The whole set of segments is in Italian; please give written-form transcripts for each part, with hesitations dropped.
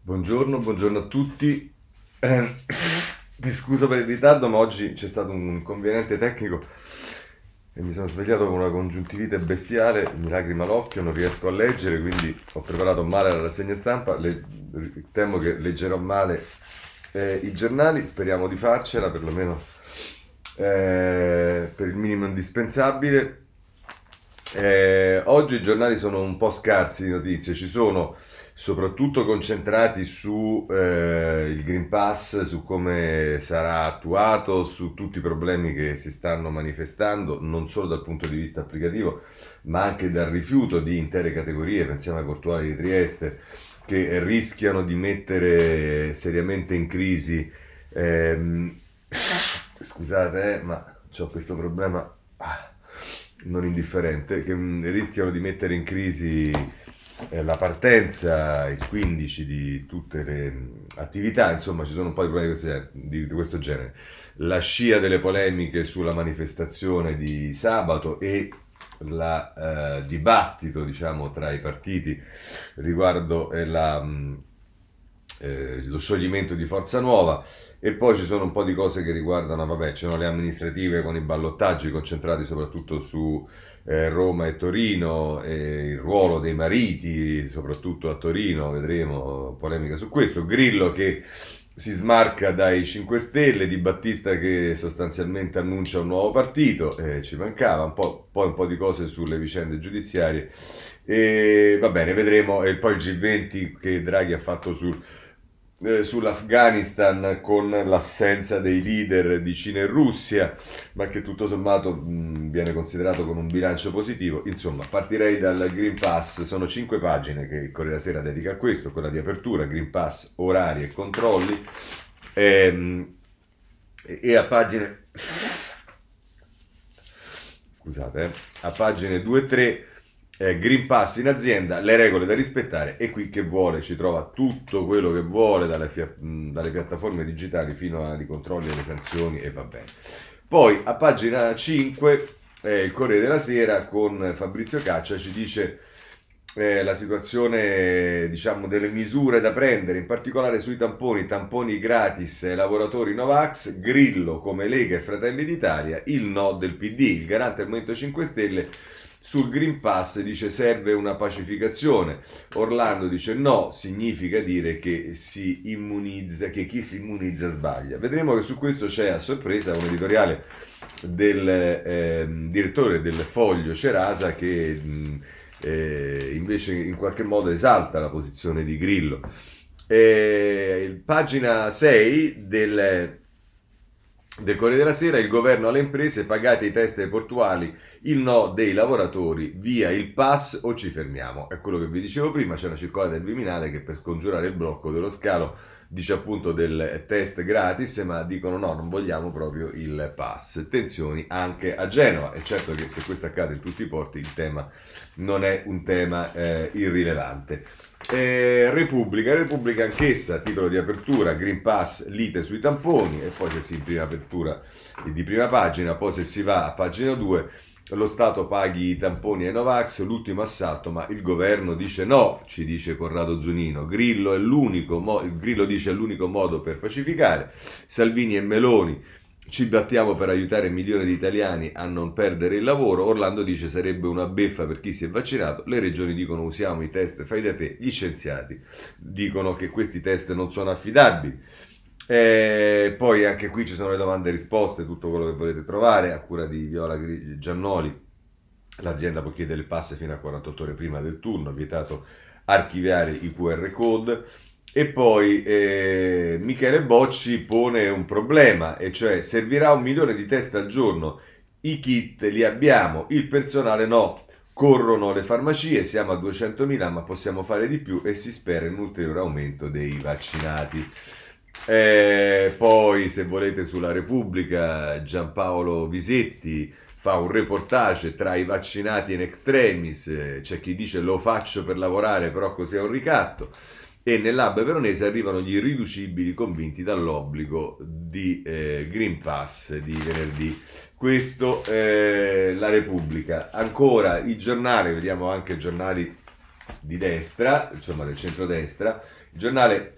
Buongiorno a tutti. Mi scuso per il ritardo, ma oggi c'è stato un inconveniente tecnico e mi sono svegliato con una congiuntivite bestiale, mi lacrima l'occhio, non riesco a leggere, quindi ho preparato male la rassegna stampa. Temo che leggerò male i giornali, speriamo di farcela, perlomeno per il minimo indispensabile. Oggi i giornali sono un po' scarsi di notizie, ci sono soprattutto concentrati su il Green Pass, su come sarà attuato, su tutti i problemi che si stanno manifestando, non solo dal punto di vista applicativo, ma anche dal rifiuto di intere categorie, pensiamo ai portuali di Trieste, che rischiano di mettere seriamente in crisi. ehm, Scusate, ma ho questo problema non indifferente, che rischiano di mettere in crisi la partenza il 15 di tutte le attività, insomma ci sono un po' di problemi di questo genere. La scia delle polemiche sulla manifestazione di sabato e la dibattito, diciamo, tra i partiti riguardo lo scioglimento di Forza Nuova. E poi ci sono un po' di cose che riguardano, vabbè, ci sono le amministrative con i ballottaggi concentrati soprattutto su Roma e Torino, e il ruolo dei mariti, soprattutto a Torino, vedremo polemica su questo. Grillo che si smarca dai 5 Stelle, Di Battista che sostanzialmente annuncia un nuovo partito, ci mancava, poi un po' di cose sulle vicende giudiziarie. E va bene, vedremo. E poi il G20 che Draghi ha fatto sull'Afghanistan con l'assenza dei leader di Cina e Russia, ma che tutto sommato viene considerato con un bilancio positivo. Insomma, partirei dal Green Pass, sono 5 pagine che il Corriere della Sera dedica a questo, quella di apertura, Green Pass, orari e controlli, ehm, e a pagine, scusate, a pagine 2 e 3, Green Pass in azienda, le regole da rispettare, e qui che vuole ci trova tutto quello che vuole, dalle piattaforme digitali fino ai controlli e alle sanzioni, e va bene. Poi a pagina 5 il Corriere della Sera con Fabrizio Caccia ci dice la situazione, diciamo, delle misure da prendere, in particolare sui tamponi gratis ai lavoratori Novax, Grillo come Lega e Fratelli d'Italia, il no del PD, il garante del Movimento 5 Stelle sul Green Pass dice serve una pacificazione, Orlando dice no, significa dire che si immunizza, che chi si immunizza sbaglia. Vedremo che su questo c'è a sorpresa un editoriale del direttore del Foglio Cerasa che invece in qualche modo esalta la posizione di Grillo. Pagina 6 del Corriere della Sera, il governo alle imprese, pagate i test portuali, il no dei lavoratori, via il pass o ci fermiamo. È quello che vi dicevo prima, c'è una circolare del Viminale che per scongiurare il blocco dello scalo dice appunto del test gratis, ma dicono no, non vogliamo proprio il pass. Tensioni anche a Genova. È certo che se questo accade in tutti i porti il tema non è un tema irrilevante. Repubblica anch'essa, titolo di apertura, Green Pass, lite sui tamponi, e poi se si in prima apertura di prima pagina, poi se si va a pagina 2, lo Stato paghi i tamponi ai Novax, l'ultimo assalto, ma il governo dice no, ci dice Corrado Zunino, Grillo dice è l'unico modo per pacificare, Salvini e Meloni ci battiamo per aiutare milioni di italiani a non perdere il lavoro. Orlando dice sarebbe una beffa per chi si è vaccinato. Le regioni dicono usiamo i test fai da te. Gli scienziati dicono che questi test non sono affidabili. Poi anche qui ci sono le domande e risposte, tutto quello che volete trovare a cura di Viola Giannoli. L'azienda può chiedere il pass fino a 48 ore prima del turno, vietato archiviare i QR code. E poi Michele Bocci pone un problema, e cioè servirà 1 milione di test al giorno, i kit li abbiamo, il personale no, corrono le farmacie, siamo a 200.000 ma possiamo fare di più e si spera in un ulteriore aumento dei vaccinati. Poi se volete sulla Repubblica Giampaolo Visetti fa un reportage tra i vaccinati in extremis, c'è chi dice lo faccio per lavorare però così è un ricatto. E nell'hub veronese arrivano gli irriducibili convinti dall'obbligo di Green Pass di venerdì. Questo la Repubblica. Ancora i giornali, vediamo anche giornali di destra, insomma del centrodestra. Il giornale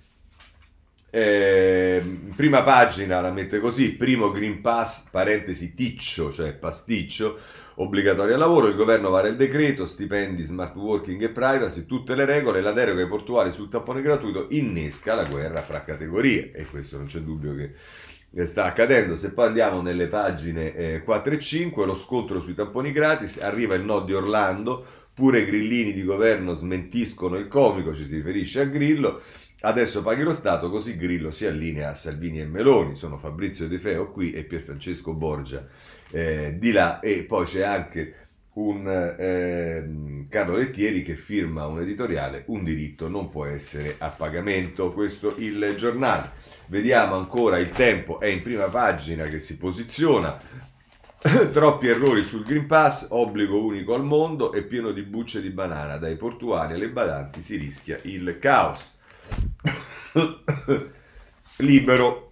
prima pagina la mette così: primo Green Pass, parentesi ticcio, cioè pasticcio, obbligatorio al lavoro, il governo vara il decreto, stipendi, smart working e privacy, tutte le regole, la deroga ai portuali sul tampone gratuito innesca la guerra fra categorie, e questo non c'è dubbio che sta accadendo. Se poi andiamo nelle pagine 4 e 5, lo scontro sui tamponi gratis, arriva il no di Orlando, pure i grillini di governo smentiscono il comico, ci si riferisce a Grillo. Adesso paghi lo Stato, così Grillo si allinea a Salvini e Meloni. Sono Fabrizio De Feo qui e Pierfrancesco Borgia di là, e poi c'è anche un Carlo Lettieri che firma un editoriale: un diritto non può essere a pagamento. Questo il giornale. Vediamo ancora Il Tempo, è in prima pagina che si posiziona: troppi errori sul Green Pass, obbligo unico al mondo e pieno di bucce di banana, dai portuali alle badanti si rischia il caos. Libero,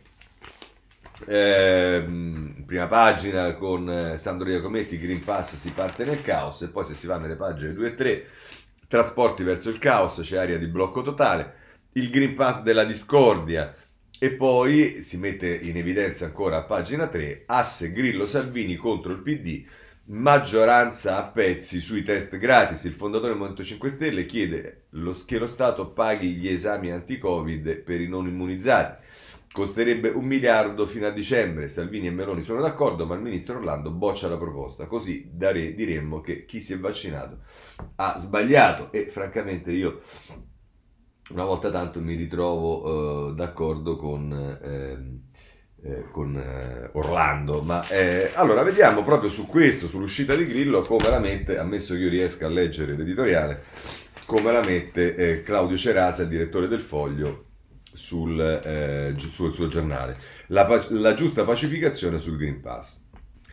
prima pagina con Sandro Iacometti, Green Pass, si parte nel caos. E poi se si va nelle pagine 2 e 3, trasporti verso il caos, c'è area di blocco totale, il Green Pass della discordia. E poi si mette in evidenza ancora a pagina 3, asse Grillo-Salvini contro il PD, maggioranza a pezzi sui test gratis. Il fondatore del Movimento 5 Stelle chiede che lo Stato paghi gli esami anti-Covid per i non immunizzati. Costerebbe 1 miliardo fino a dicembre. Salvini e Meloni sono d'accordo, ma il ministro Orlando boccia la proposta. Così diremmo che chi si è vaccinato ha sbagliato. E francamente io una volta tanto mi ritrovo d'accordo con Orlando. Ma allora vediamo proprio su questo, sull'uscita di Grillo, come la mette, ammesso che io riesca a leggere l'editoriale, come la mette Claudio Cerasa, il direttore del Foglio, sul suo giornale. La giusta pacificazione sul Green Pass.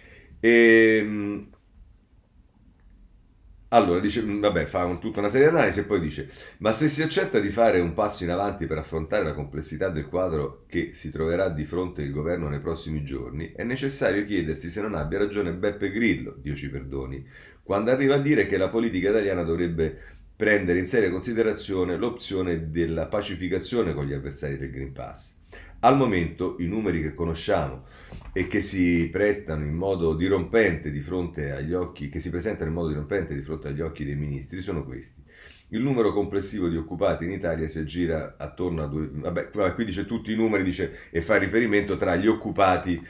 Allora dice, vabbè, fa tutta una serie di analisi e poi dice: ma se si accetta di fare un passo in avanti per affrontare la complessità del quadro che si troverà di fronte il governo nei prossimi giorni, è necessario chiedersi se non abbia ragione Beppe Grillo, Dio ci perdoni, quando arriva a dire che la politica italiana dovrebbe prendere in seria considerazione l'opzione della pacificazione con gli avversari del Green Pass. Al momento i numeri che conosciamo e che si prestano in modo dirompente di fronte agli occhi, che si presentano in modo dirompente di fronte agli occhi dei ministri, sono questi. Il numero complessivo di occupati in Italia si aggira attorno a vabbè, qui dice tutti i numeri, dice, e fa riferimento tra gli occupati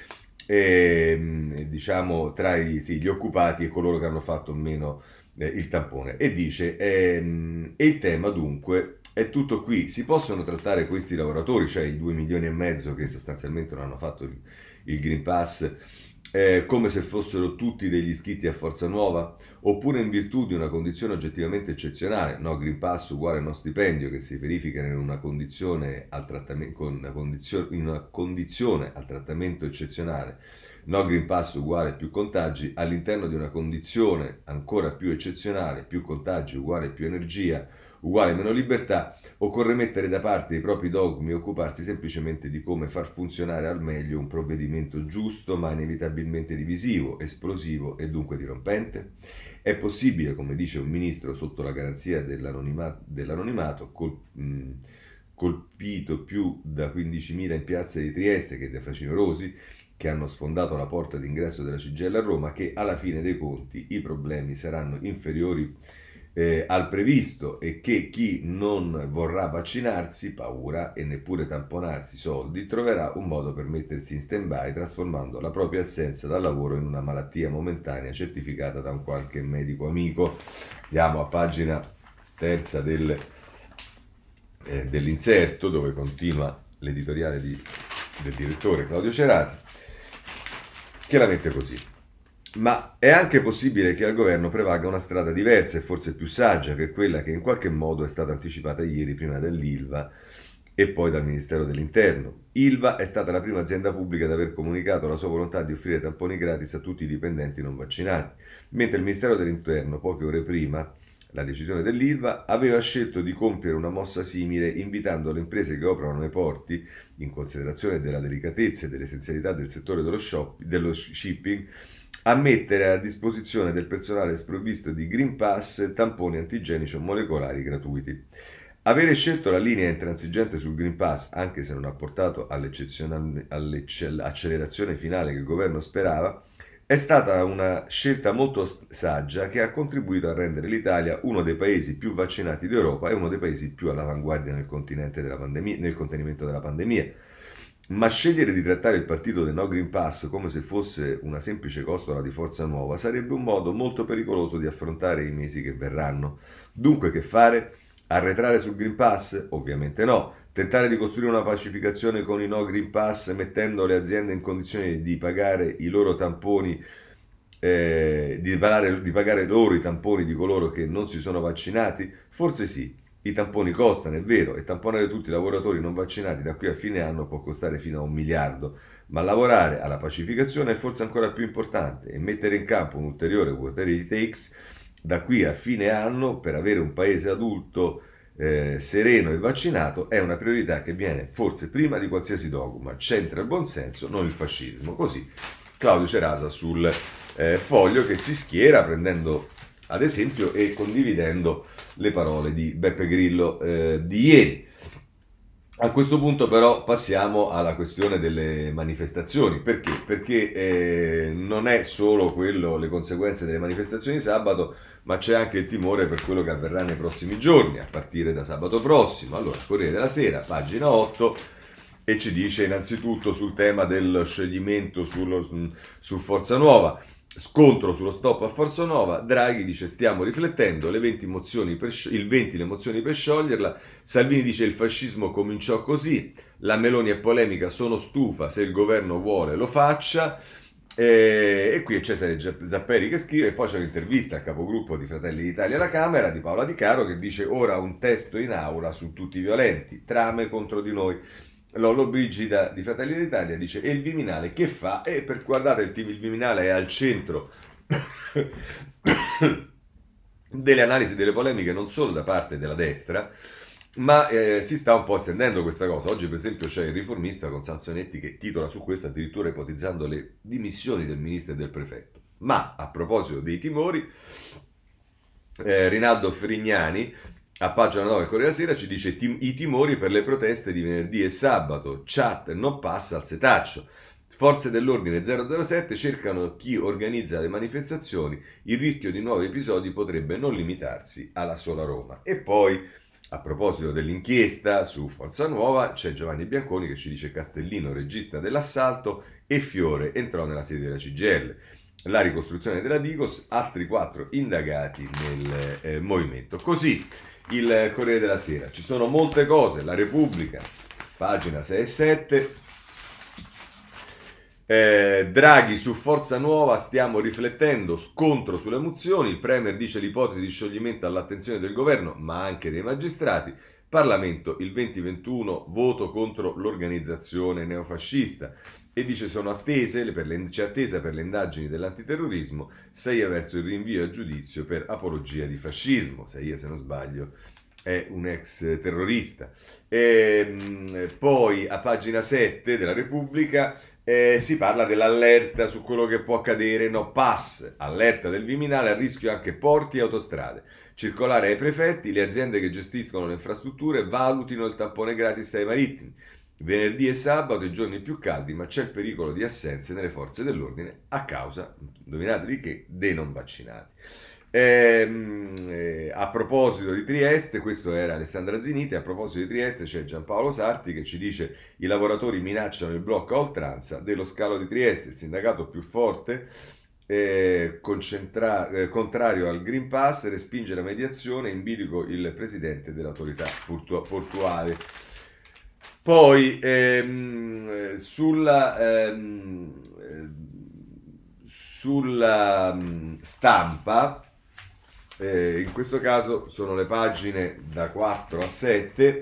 diciamo tra gli occupati e coloro che hanno fatto meno il tampone, e dice e il tema dunque è tutto qui. Si possono trattare questi lavoratori, cioè i 2,5 milioni che sostanzialmente non hanno fatto il Green Pass, come se fossero tutti degli iscritti a Forza Nuova, oppure in virtù di una condizione oggettivamente eccezionale? No Green Pass uguale no stipendio, che si verifica in una condizione al trattamento eccezionale. No Green Pass uguale più contagi, all'interno di una condizione ancora più eccezionale, più contagi uguale più energia, uguale meno libertà. Occorre mettere da parte i propri dogmi e occuparsi semplicemente di come far funzionare al meglio un provvedimento giusto ma inevitabilmente divisivo, esplosivo e dunque dirompente? È possibile, come dice un ministro sotto la garanzia dell'anonimato, colpito più da 15.000 in piazza di Trieste che da facinorosi, che hanno sfondato la porta d'ingresso della CGIL a Roma, che alla fine dei conti i problemi saranno inferiori al previsto, e che chi non vorrà vaccinarsi, paura, e neppure tamponarsi, soldi, troverà un modo per mettersi in stand-by, trasformando la propria assenza dal lavoro in una malattia momentanea certificata da un qualche medico amico. Andiamo a pagina terza dell'inserto, dove continua l'editoriale del direttore Claudio Cerasa, che la mette così: ma è anche possibile che al governo prevalga una strada diversa e forse più saggia, che è quella che in qualche modo è stata anticipata ieri prima dall'Ilva e poi dal Ministero dell'Interno. Ilva è stata la prima azienda pubblica ad aver comunicato la sua volontà di offrire tamponi gratis a tutti i dipendenti non vaccinati, mentre il Ministero dell'Interno, poche ore prima la decisione dell'Ilva, aveva scelto di compiere una mossa simile, invitando le imprese che operano nei porti, in considerazione della delicatezza e dell'essenzialità del settore dello shipping, a mettere a disposizione del personale sprovvisto di Green Pass tamponi antigenici o molecolari gratuiti. Avere scelto la linea intransigente sul Green Pass, anche se non ha portato all'accelerazione finale che il governo sperava, è stata una scelta molto saggia che ha contribuito a rendere l'Italia uno dei paesi più vaccinati d'Europa e uno dei paesi più all'avanguardia nel contenimento della pandemia. Ma scegliere di trattare il partito del No Green Pass come se fosse una semplice costola di Forza Nuova sarebbe un modo molto pericoloso di affrontare i mesi che verranno. Dunque, che fare? Arretrare sul Green Pass? Ovviamente no. Tentare di costruire una pacificazione con i No Green Pass mettendo le aziende in condizione di pagare i loro tamponi, di pagare loro i tamponi di coloro che non si sono vaccinati? Forse sì. I tamponi costano, è vero, e tamponare tutti i lavoratori non vaccinati da qui a fine anno può costare fino a 1 miliardo, ma lavorare alla pacificazione è forse ancora più importante e mettere in campo un ulteriore whatever it takes da qui a fine anno per avere un paese adulto sereno e vaccinato è una priorità che viene forse prima di qualsiasi dogma. C'entra il buonsenso, non il fascismo. Così Claudio Cerasa sul Foglio, che si schiera prendendo ad esempio e condividendo le parole di Beppe Grillo di ieri. A questo punto però passiamo alla questione delle manifestazioni. Perché? Perché non è solo le conseguenze delle manifestazioni di sabato, ma c'è anche il timore per quello che avverrà nei prossimi giorni, a partire da sabato prossimo. Allora, Corriere della Sera, pagina 8, e ci dice innanzitutto sul tema del scioglimento su Forza Nuova. Scontro sullo stop a Forza Nuova, Draghi dice stiamo riflettendo, il 20 le mozioni per scioglierla, Salvini dice il fascismo cominciò così, la Meloni è polemica, sono stufa, se il governo vuole lo faccia, e qui è Cesare Zapperi che scrive, e poi c'è un'intervista al capogruppo di Fratelli d'Italia alla Camera, di Paola Di Caro, che dice ora un testo in aula su tutti i violenti, trame contro di noi. Lollo Brigida di Fratelli d'Italia dice e il Viminale che fa? E guardate, il Viminale è al centro delle analisi, delle polemiche non solo da parte della destra, ma si sta un po' estendendo questa cosa. Oggi per esempio c'è il Riformista con Sansonetti che titola su questo addirittura ipotizzando le dimissioni del ministro e del prefetto. Ma a proposito dei timori, Rinaldo Frignani a pagina 9 del Corriere della Sera ci dice i timori per le proteste di venerdì e sabato, chat non passa al setaccio, forze dell'ordine 007 cercano chi organizza le manifestazioni, il rischio di nuovi episodi potrebbe non limitarsi alla sola Roma. E poi a proposito dell'inchiesta su Forza Nuova c'è Giovanni Bianconi che ci dice Castellino regista dell'assalto e Fiore entrò nella sede della CGIL. La ricostruzione della Digos, altri 4 indagati nel movimento. Così il Corriere della Sera. Ci sono molte cose. La Repubblica, pagina 6 e 7. Draghi su Forza Nuova, stiamo riflettendo, scontro sulle mozioni. Il Premier dice l'ipotesi di scioglimento all'attenzione del governo, ma anche dei magistrati. Parlamento il 2021, voto contro l'organizzazione neofascista. E dice c'è attesa per le indagini dell'antiterrorismo, Saia verso il rinvio a giudizio per apologia di fascismo. Saia, se non sbaglio, è un ex terrorista. Poi a pagina 7 della Repubblica si parla dell'allerta su quello che può accadere, no pass, allerta del Viminale, a rischio anche porti e autostrade. Circolare ai prefetti, le aziende che gestiscono le infrastrutture valutino il tampone gratis ai marittimi. Venerdì e sabato i giorni più caldi, ma c'è il pericolo di assenze nelle forze dell'ordine a causa, indovinate di che, dei non vaccinati. A proposito di Trieste, questo era Alessandra Ziniti, a proposito di Trieste c'è Giampaolo Sarti che ci dice i lavoratori minacciano il blocco a oltranza dello scalo di Trieste, il sindacato più forte, contrario al Green Pass, respinge la mediazione, in bilico il presidente dell'autorità portuale. Poi sulla stampa, in questo caso sono le pagine da 4 a 7.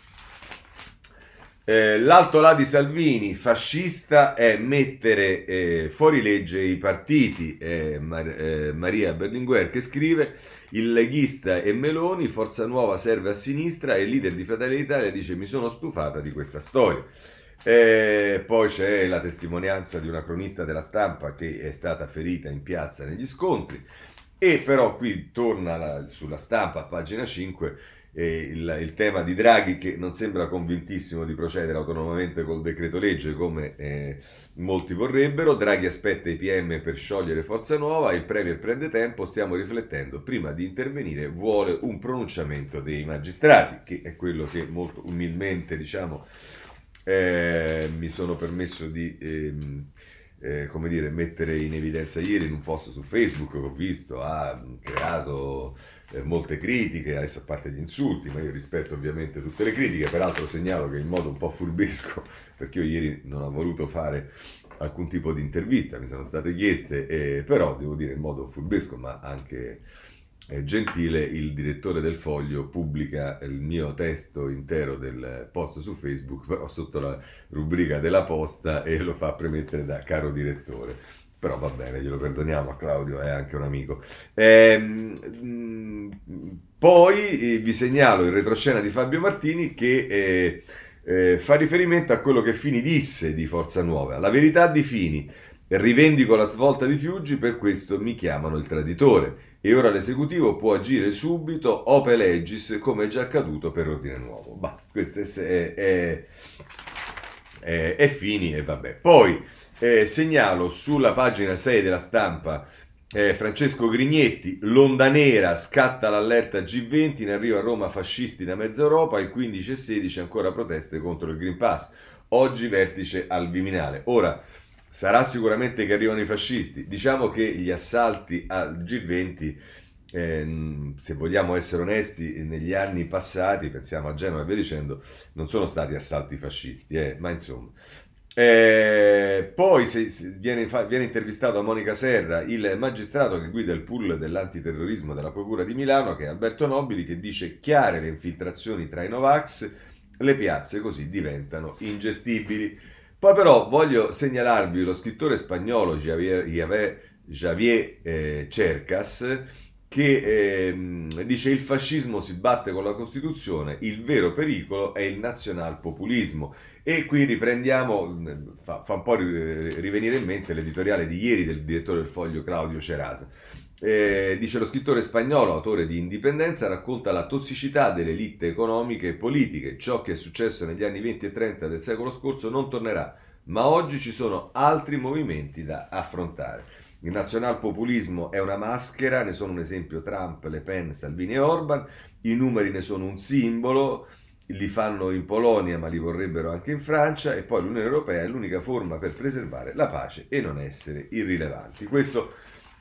L'alto là di Salvini, fascista è mettere fuori legge i partiti, Maria Berlinguer che scrive, il leghista e Meloni, Forza Nuova serve a sinistra e il leader di Fratelli d'Italia dice mi sono stufata di questa storia. Poi c'è la testimonianza di una cronista della Stampa che è stata ferita in piazza negli scontri. E però qui torna sulla Stampa, a pagina 5, il tema di Draghi, che non sembra convintissimo di procedere autonomamente col decreto legge come molti vorrebbero. Draghi aspetta i PM per sciogliere Forza Nuova, il Premier prende tempo, stiamo riflettendo, prima di intervenire vuole un pronunciamento dei magistrati, che è quello che molto umilmente, diciamo, mi sono permesso di come dire, mettere in evidenza ieri in un post su Facebook che ho visto. Ha creato molte critiche, adesso a parte gli insulti, ma io rispetto ovviamente tutte le critiche. Peraltro segnalo che in modo un po' furbesco, perché io ieri non ho voluto fare alcun tipo di intervista, mi sono state chieste, però devo dire in modo furbesco ma anche gentile, il direttore del Foglio pubblica il mio testo intero del post su Facebook, però sotto la rubrica della posta, e lo fa premettere da caro direttore. Però va bene, glielo perdoniamo, a Claudio è anche un amico. Poi vi segnalo il retroscena di Fabio Martini che fa riferimento a quello che Fini disse di Forza Nuova. La verità di Fini: rivendico la svolta di Fiuggi, per questo mi chiamano il traditore. E ora l'esecutivo può agire subito, ope legis, come è già accaduto per Ordine Nuovo. Bah, questo è Fini e vabbè. Poi segnalo sulla pagina 6 della Stampa Francesco Grignetti, l'onda nera, scatta l'allerta G20, in arrivo a Roma fascisti da mezza Europa, il 15 e 16 ancora proteste contro il Green Pass. Oggi vertice al Viminale. Ora, sarà sicuramente che arrivano i fascisti. Diciamo che gli assalti al G20, se vogliamo essere onesti, negli anni passati, pensiamo a Genova e via dicendo, non sono stati assalti fascisti, ma insomma. Poi viene intervistato a Monica Serra, il magistrato che guida il pool dell'antiterrorismo della Procura di Milano, che è Alberto Nobili, che dice: chiare le infiltrazioni tra i Novax, le piazze così diventano ingestibili. Poi però voglio segnalarvi lo scrittore spagnolo Javier Cercas, che dice: il fascismo si batte con la Costituzione, il vero pericolo è il nazionalpopulismo. E qui riprendiamo, fa un po' rivenire in mente l'editoriale di ieri del direttore del Foglio Claudio Cerasa. Dice: lo scrittore spagnolo, autore di Indipendenza, racconta la tossicità delle elite economiche e politiche. Ciò che è successo negli anni 20 e 30 del secolo scorso non tornerà, ma oggi ci sono altri movimenti da affrontare. Il nazionalpopulismo è una maschera, ne sono un esempio Trump, Le Pen, Salvini e Orban. I numeri ne sono un simbolo, li fanno in Polonia ma li vorrebbero anche in Francia, e poi l'Unione Europea è l'unica forma per preservare la pace e non essere irrilevanti. Questo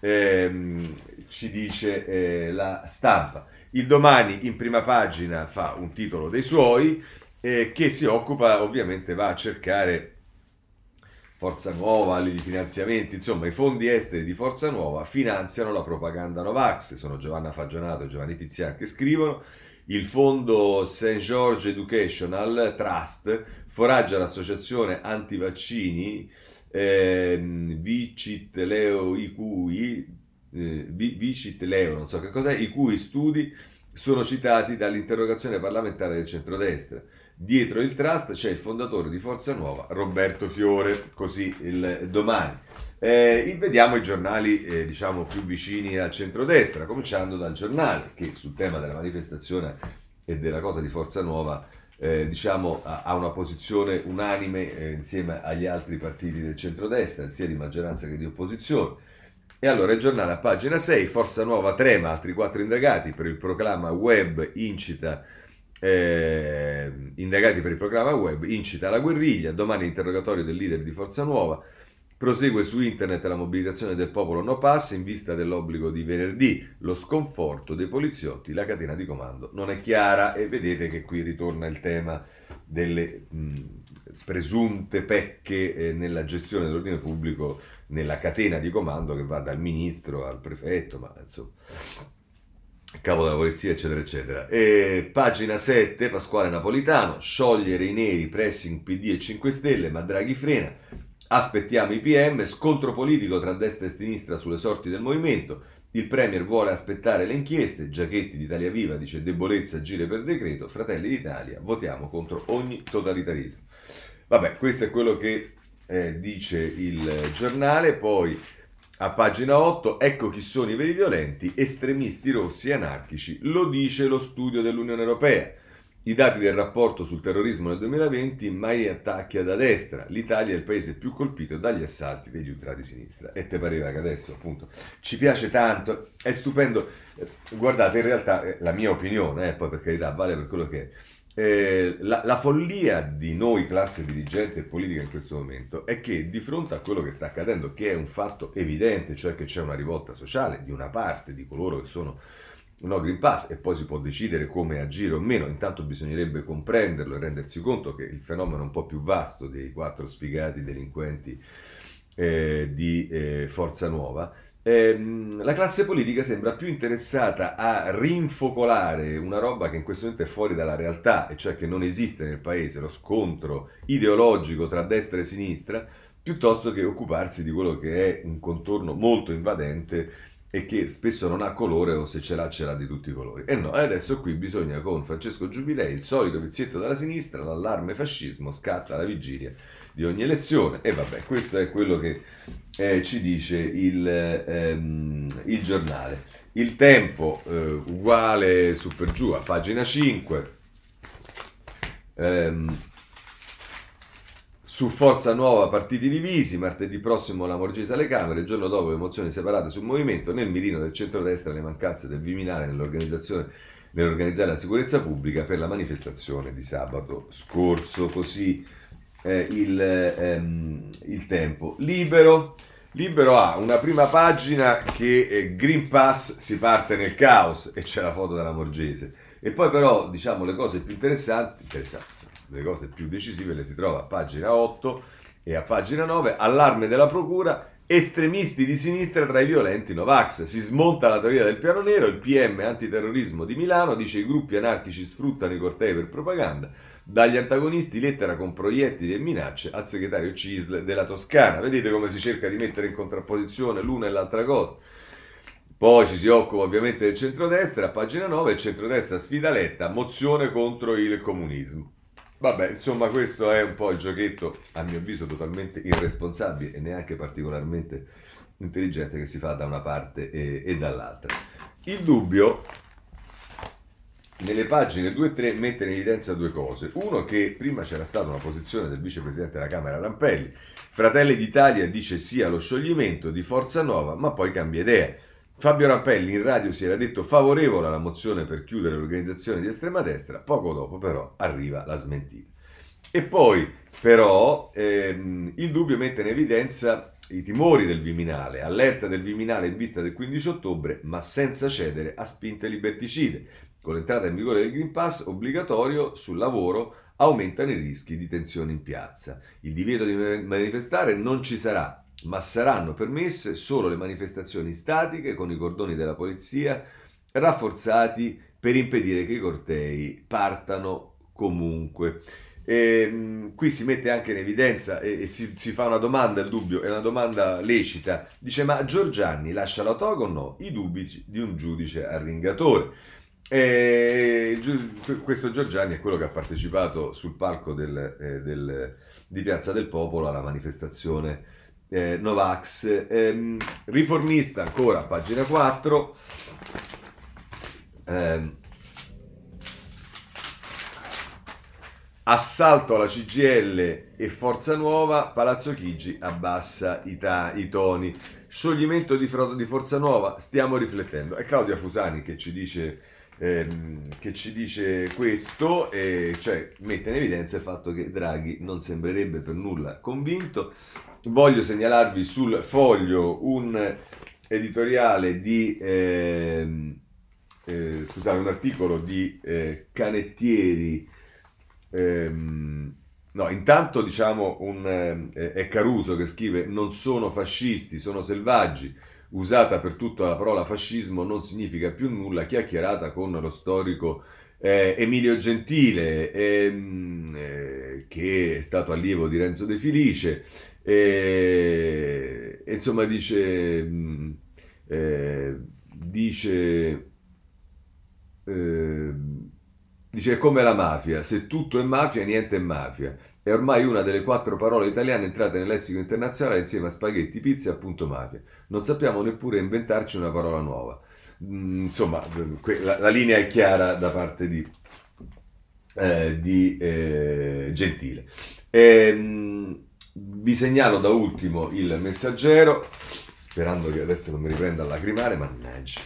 ci dice la Stampa. Il Domani in prima pagina fa un titolo dei suoi, che si occupa, ovviamente va a cercare Forza Nuova, i finanziamenti, insomma i fondi esteri di Forza Nuova finanziano la propaganda Novax. Sono Giovanna Fagionato e Giovanni Tizian che scrivono. Il fondo St. George Educational Trust foraggia l'associazione antivaccini Vicit Leo, Vicit Leo, non so che cos'è, i cui studi sono citati dall'interrogazione parlamentare del centrodestra. Dietro il trust c'è il fondatore di Forza Nuova, Roberto Fiore, così il Domani. Vediamo i giornali diciamo più vicini al centrodestra, cominciando dal Giornale, che sul tema della manifestazione e della cosa di Forza Nuova diciamo ha una posizione unanime insieme agli altri partiti del centrodestra, sia di maggioranza che di opposizione. E allora il Giornale a pagina 6: Forza Nuova trema, altri 4 indagati per il proclama web, incita indagati per il programma web, incita la guerriglia. Domani interrogatorio del leader di Forza Nuova. Prosegue su internet la mobilitazione del popolo No Pass in vista dell'obbligo di venerdì. Lo sconforto dei poliziotti, la catena di comando non è chiara. E vedete che qui ritorna il tema delle presunte pecche nella gestione dell'ordine pubblico nella catena di comando, che va dal ministro al prefetto, ma insomma, capo della polizia, eccetera eccetera. Pagina 7, Pasquale Napolitano: sciogliere i neri, pressing PD e 5 Stelle, ma Draghi frena. Aspettiamo i PM, scontro politico tra destra e sinistra sulle sorti del movimento. Il Premier vuole aspettare le inchieste. Giachetti di Italia Viva dice: debolezza, agire per decreto. Fratelli d'Italia: votiamo contro ogni totalitarismo. Vabbè, questo è quello che dice il giornale. Poi a pagina 8, ecco chi sono i veri violenti, estremisti rossi e anarchici, lo dice lo studio dell'Unione Europea. I dati del rapporto sul terrorismo nel 2020, mai attacchi da destra. L'Italia è il paese più colpito dagli assalti degli ultra-di-sinistra. E te pareva che adesso, appunto, ci piace tanto, è stupendo. Guardate, in realtà, la mia opinione, poi per carità, vale per quello che è. La follia di noi, classe dirigente e politica in questo momento, è che di fronte a quello che sta accadendo, che è un fatto evidente, cioè che c'è una rivolta sociale di una parte di coloro che sono no Green Pass, e poi si può decidere come agire o meno, intanto bisognerebbe comprenderlo e rendersi conto che il fenomeno è un po' più vasto dei 4 sfigati delinquenti di Forza Nuova. La classe politica sembra più interessata a rinfocolare una roba che in questo momento è fuori dalla realtà, e cioè che non esiste nel paese lo scontro ideologico tra destra e sinistra, piuttosto che occuparsi di quello che è un contorno molto invadente e che spesso non ha colore, o se ce l'ha di tutti i colori. E no, adesso qui bisogna, con Francesco Giubilei, il solito vizietto della sinistra, l'allarme fascismo scatta alla vigilia di ogni elezione. E vabbè, questo è quello che ci dice il giornale. Il Tempo, uguale su per giù, a pagina 5. Su Forza Nuova partiti divisi, martedì prossimo la Morgese alle Camere, il giorno dopo le mozioni separate sul movimento, nel mirino del centrodestra le mancanze del Viminale nell'organizzare la sicurezza pubblica per la manifestazione di sabato scorso. Così il Tempo. Libero ha una prima pagina che Green Pass si parte nel caos, e c'è la foto della Morgese. E poi però, diciamo, le cose più interessanti, le cose più decisive le si trova a pagina 8 e a pagina 9. Allarme della procura, estremisti di sinistra tra i violenti Novax. Si smonta la teoria del piano nero, il PM antiterrorismo di Milano dice i gruppi anarchici sfruttano i cortei per propaganda. Dagli antagonisti lettera con proiettili e minacce al segretario CISL della Toscana. Vedete come si cerca di mettere in contrapposizione l'una e l'altra cosa. Poi ci si occupa ovviamente del centrodestra, a pagina 9, il centrodestra sfida Letta, mozione contro il comunismo. Vabbè, insomma, questo è un po' il giochetto, a mio avviso, totalmente irresponsabile e neanche particolarmente intelligente che si fa da una parte e dall'altra. Il Dubbio, nelle pagine 2 e 3, mette in evidenza due cose. Uno, che prima c'era stata una posizione del vicepresidente della Camera Rampelli. Fratelli d'Italia dice sì allo scioglimento di Forza Nuova, ma poi cambia idea. Fabio Rampelli in radio si era detto favorevole alla mozione per chiudere l'organizzazione di estrema destra, poco dopo però arriva la smentita. E poi però il Dubbio mette in evidenza i timori del Viminale, allerta del Viminale in vista del 15 ottobre, ma senza cedere a spinte liberticide. Con l'entrata in vigore del Green Pass obbligatorio sul lavoro aumentano i rischi di tensione in piazza. Il divieto di manifestare non ci sarà, ma saranno permesse solo le manifestazioni statiche con i cordoni della polizia rafforzati per impedire che i cortei partano comunque. Qui si mette anche in evidenza e si fa una domanda, il Dubbio è una domanda lecita, dice ma Giorgianni lascia la toga o no? I dubbi di un giudice arringatore. Questo Giorgianni è quello che ha partecipato sul palco di Piazza del Popolo alla manifestazione Novax. Riformista ancora, pagina 4. Assalto alla CGIL e Forza Nuova, Palazzo Chigi abbassa i toni. Scioglimento di Forza Nuova, stiamo riflettendo. È Claudia Fusani che ci dice questo, cioè mette in evidenza il fatto che Draghi non sembrerebbe per nulla convinto. Voglio segnalarvi sul Foglio un editoriale di un articolo di Canettieri. No, intanto diciamo è Caruso che scrive non sono fascisti, sono selvaggi, usata per tutta la parola fascismo non significa più nulla, chiacchierata con lo storico Emilio Gentile, che è stato allievo di Renzo De Felice, insomma dice Dice: è come la mafia, se tutto è mafia, niente è mafia. È ormai una delle 4 parole italiane entrate nel lessico internazionale insieme a spaghetti, pizza e appunto mafia. Non sappiamo neppure inventarci una parola nuova. Insomma, la linea è chiara da parte di Gentile. Vi segnalo da ultimo il Messaggero, sperando che adesso non mi riprenda a lacrimare, mannaggia.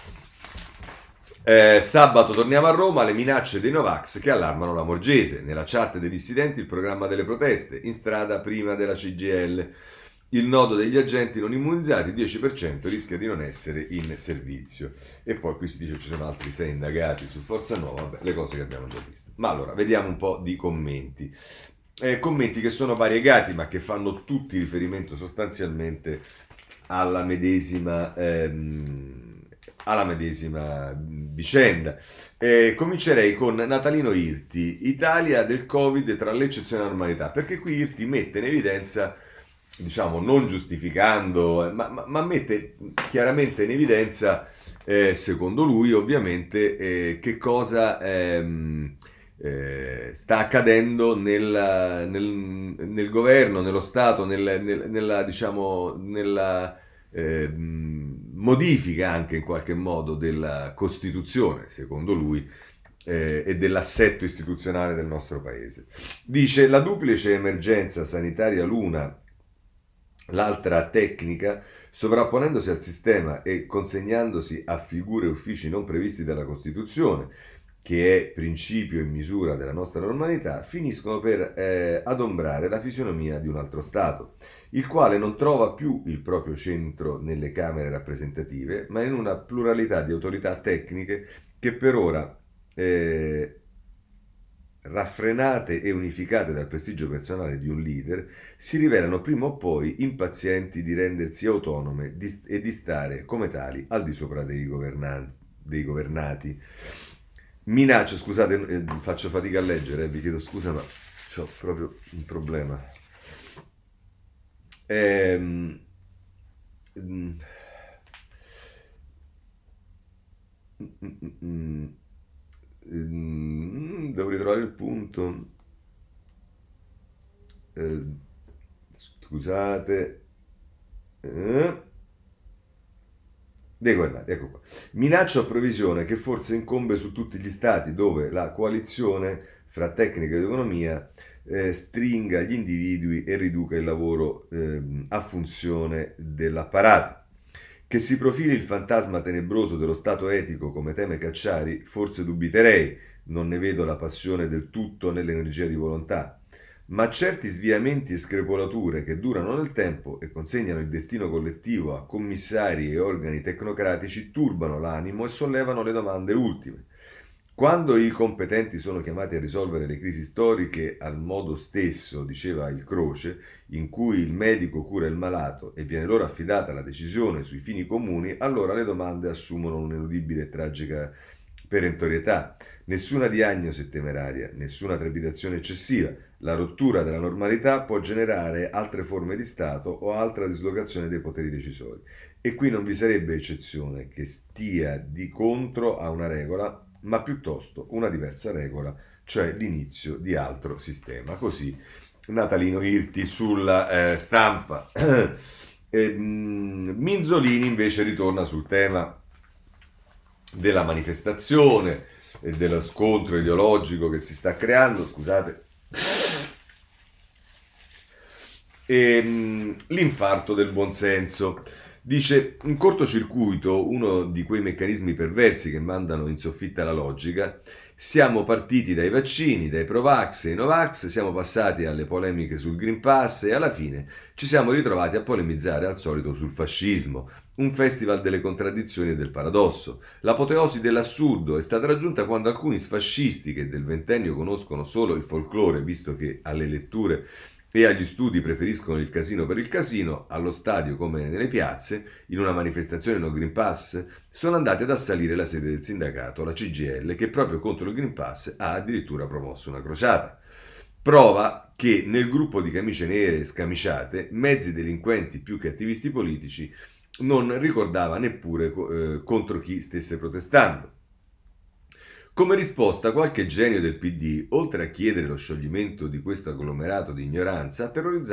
Sabato torniamo a Roma, le minacce dei Novax che allarmano la Morgese. Nella chat dei dissidenti il programma delle proteste, in strada prima della CGIL. Il nodo degli agenti non immunizzati, 10% rischia di non essere in servizio. E poi qui si dice che ci sono altri 6 indagati su Forza Nuova, vabbè, le cose che abbiamo già visto. Ma allora, vediamo un po' di commenti. Commenti che sono variegati, ma che fanno tutti riferimento sostanzialmente alla medesima vicenda. Comincerei con Natalino Irti, Italia del Covid tra l'eccezione e la normalità, perché qui Irti mette in evidenza, diciamo, non giustificando, ma mette chiaramente in evidenza, secondo lui ovviamente, che cosa sta accadendo nel governo, nello Stato, nella diciamo, nella modifica anche in qualche modo della Costituzione, secondo lui, e dell'assetto istituzionale del nostro paese. Dice: la duplice emergenza sanitaria l'una, l'altra tecnica, sovrapponendosi al sistema e consegnandosi a figure e uffici non previsti dalla Costituzione, che è principio e misura della nostra normalità, finiscono per adombrare la fisionomia di un altro Stato, il quale non trova più il proprio centro nelle Camere rappresentative, ma in una pluralità di autorità tecniche che per ora, raffrenate e unificate dal prestigio personale di un leader, si rivelano prima o poi impazienti di rendersi autonome e di stare come tali al di sopra dei governati. Minaccio, scusate, faccio fatica a leggere, vi chiedo scusa, ma ho proprio un problema. Devo ritrovare il punto. Scusate. Dei governati, ecco qua. Minaccia o previsione che forse incombe su tutti gli stati dove la coalizione fra tecnica ed economia stringa gli individui e riduca il lavoro a funzione dell'apparato. Che si profili il fantasma tenebroso dello Stato etico come teme Cacciari, forse dubiterei, non ne vedo la passione del tutto né l'energia di volontà. Ma certi sviamenti e screpolature che durano nel tempo e consegnano il destino collettivo a commissari e organi tecnocratici turbano l'animo e sollevano le domande ultime. Quando i competenti sono chiamati a risolvere le crisi storiche al modo stesso, diceva il Croce, in cui il medico cura il malato e viene loro affidata la decisione sui fini comuni, allora le domande assumono un'ineludibile e tragica perentorietà. Nessuna diagnosi è temeraria, nessuna trepidazione eccessiva. La rottura della normalità può generare altre forme di Stato o altra dislocazione dei poteri decisori. E qui non vi sarebbe eccezione che stia di contro a una regola, ma piuttosto una diversa regola, cioè l'inizio di altro sistema. Così Natalino Irti sulla Stampa. Minzolini invece ritorna sul tema della manifestazione e dello scontro ideologico che si sta creando, scusate, e l'infarto del buonsenso. Dice: un cortocircuito, uno di quei meccanismi perversi che mandano in soffitta la logica. Siamo partiti dai vaccini, dai Provax e i Novax, siamo passati alle polemiche sul Green Pass e alla fine ci siamo ritrovati a polemizzare al solito sul fascismo. Un festival delle contraddizioni e del paradosso. L'apoteosi dell'assurdo è stata raggiunta quando alcuni sfascisti che del ventennio conoscono solo il folklore, visto che alle letture e agli studi preferiscono il casino per il casino, allo stadio come nelle piazze, in una manifestazione no Green Pass, sono andati ad assalire la sede del sindacato, la CGIL, che proprio contro il Green Pass ha addirittura promosso una crociata. Prova che nel gruppo di camicie nere scamiciate, mezzi delinquenti più che attivisti politici, non ricordava neppure contro chi stesse protestando. Come risposta, qualche genio del PD, oltre a chiedere lo scioglimento di questo agglomerato di ignoranza,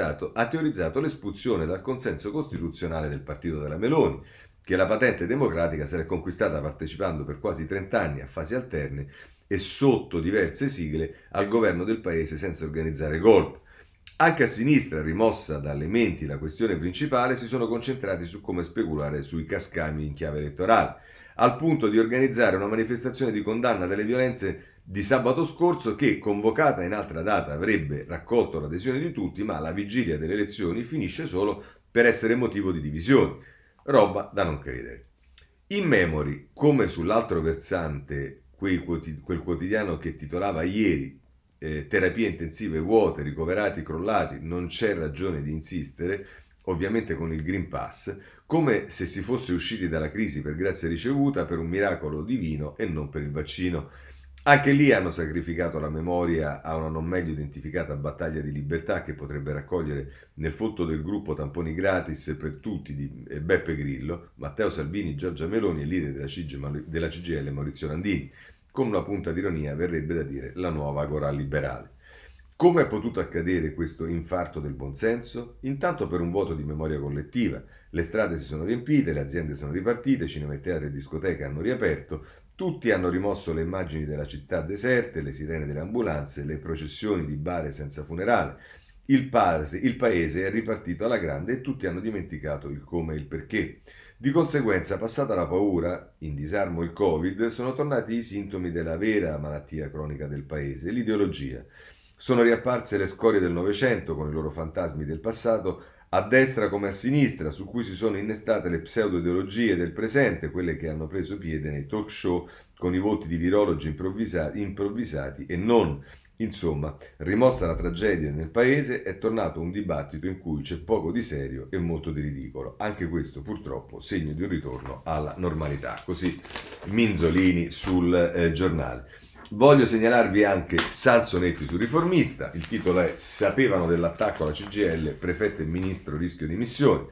ha teorizzato l'espulsione dal consenso costituzionale del partito della Meloni, che la patente democratica si è conquistata partecipando per quasi 30 anni a fasi alterne e sotto diverse sigle al governo del paese senza organizzare golpe. Anche a sinistra, rimossa dalle menti la questione principale, si sono concentrati su come speculare sui cascami in chiave elettorale, al punto di organizzare una manifestazione di condanna delle violenze di sabato scorso che, convocata in altra data, avrebbe raccolto l'adesione di tutti, ma alla vigilia delle elezioni finisce solo per essere motivo di divisioni. Roba da non credere. In memory, come sull'altro versante, quel quotidiano che titolava ieri terapie intensive vuote, ricoverati crollati, non c'è ragione di insistere, ovviamente con il Green Pass, come se si fosse usciti dalla crisi per grazia ricevuta, per un miracolo divino e non per il vaccino. Anche lì hanno sacrificato la memoria a una non meglio identificata battaglia di libertà che potrebbe raccogliere nel folto del gruppo tamponi gratis per tutti di Beppe Grillo, Matteo Salvini, Giorgia Meloni e leader della CGIL Maurizio Landini. Con una punta di ironia verrebbe da dire la nuova agorà liberale. Come è potuto accadere questo infarto del buonsenso? Intanto per un vuoto di memoria collettiva. Le strade si sono riempite, le aziende sono ripartite, cinema e teatri e discoteche hanno riaperto, tutti hanno rimosso le immagini della città deserte, le sirene delle ambulanze, le processioni di bare senza funerale. Il paese è ripartito alla grande e tutti hanno dimenticato il come e il perché. Di conseguenza, passata la paura, in disarmo il Covid, sono tornati i sintomi della vera malattia cronica del paese, l'ideologia. Sono riapparse le scorie del Novecento con i loro fantasmi del passato, a destra come a sinistra, su cui si sono innestate le pseudo-ideologie del presente, quelle che hanno preso piede nei talk show con i volti di virologi improvvisati e non. Insomma, rimossa la tragedia nel paese, è tornato un dibattito in cui c'è poco di serio e molto di ridicolo. Anche questo, purtroppo, segno di un ritorno alla normalità. Così Minzolini sul giornale. Voglio segnalarvi anche Sansonetti sul Riformista. Il titolo è Sapevano dell'attacco alla CGIL, prefetto e ministro rischio di missioni.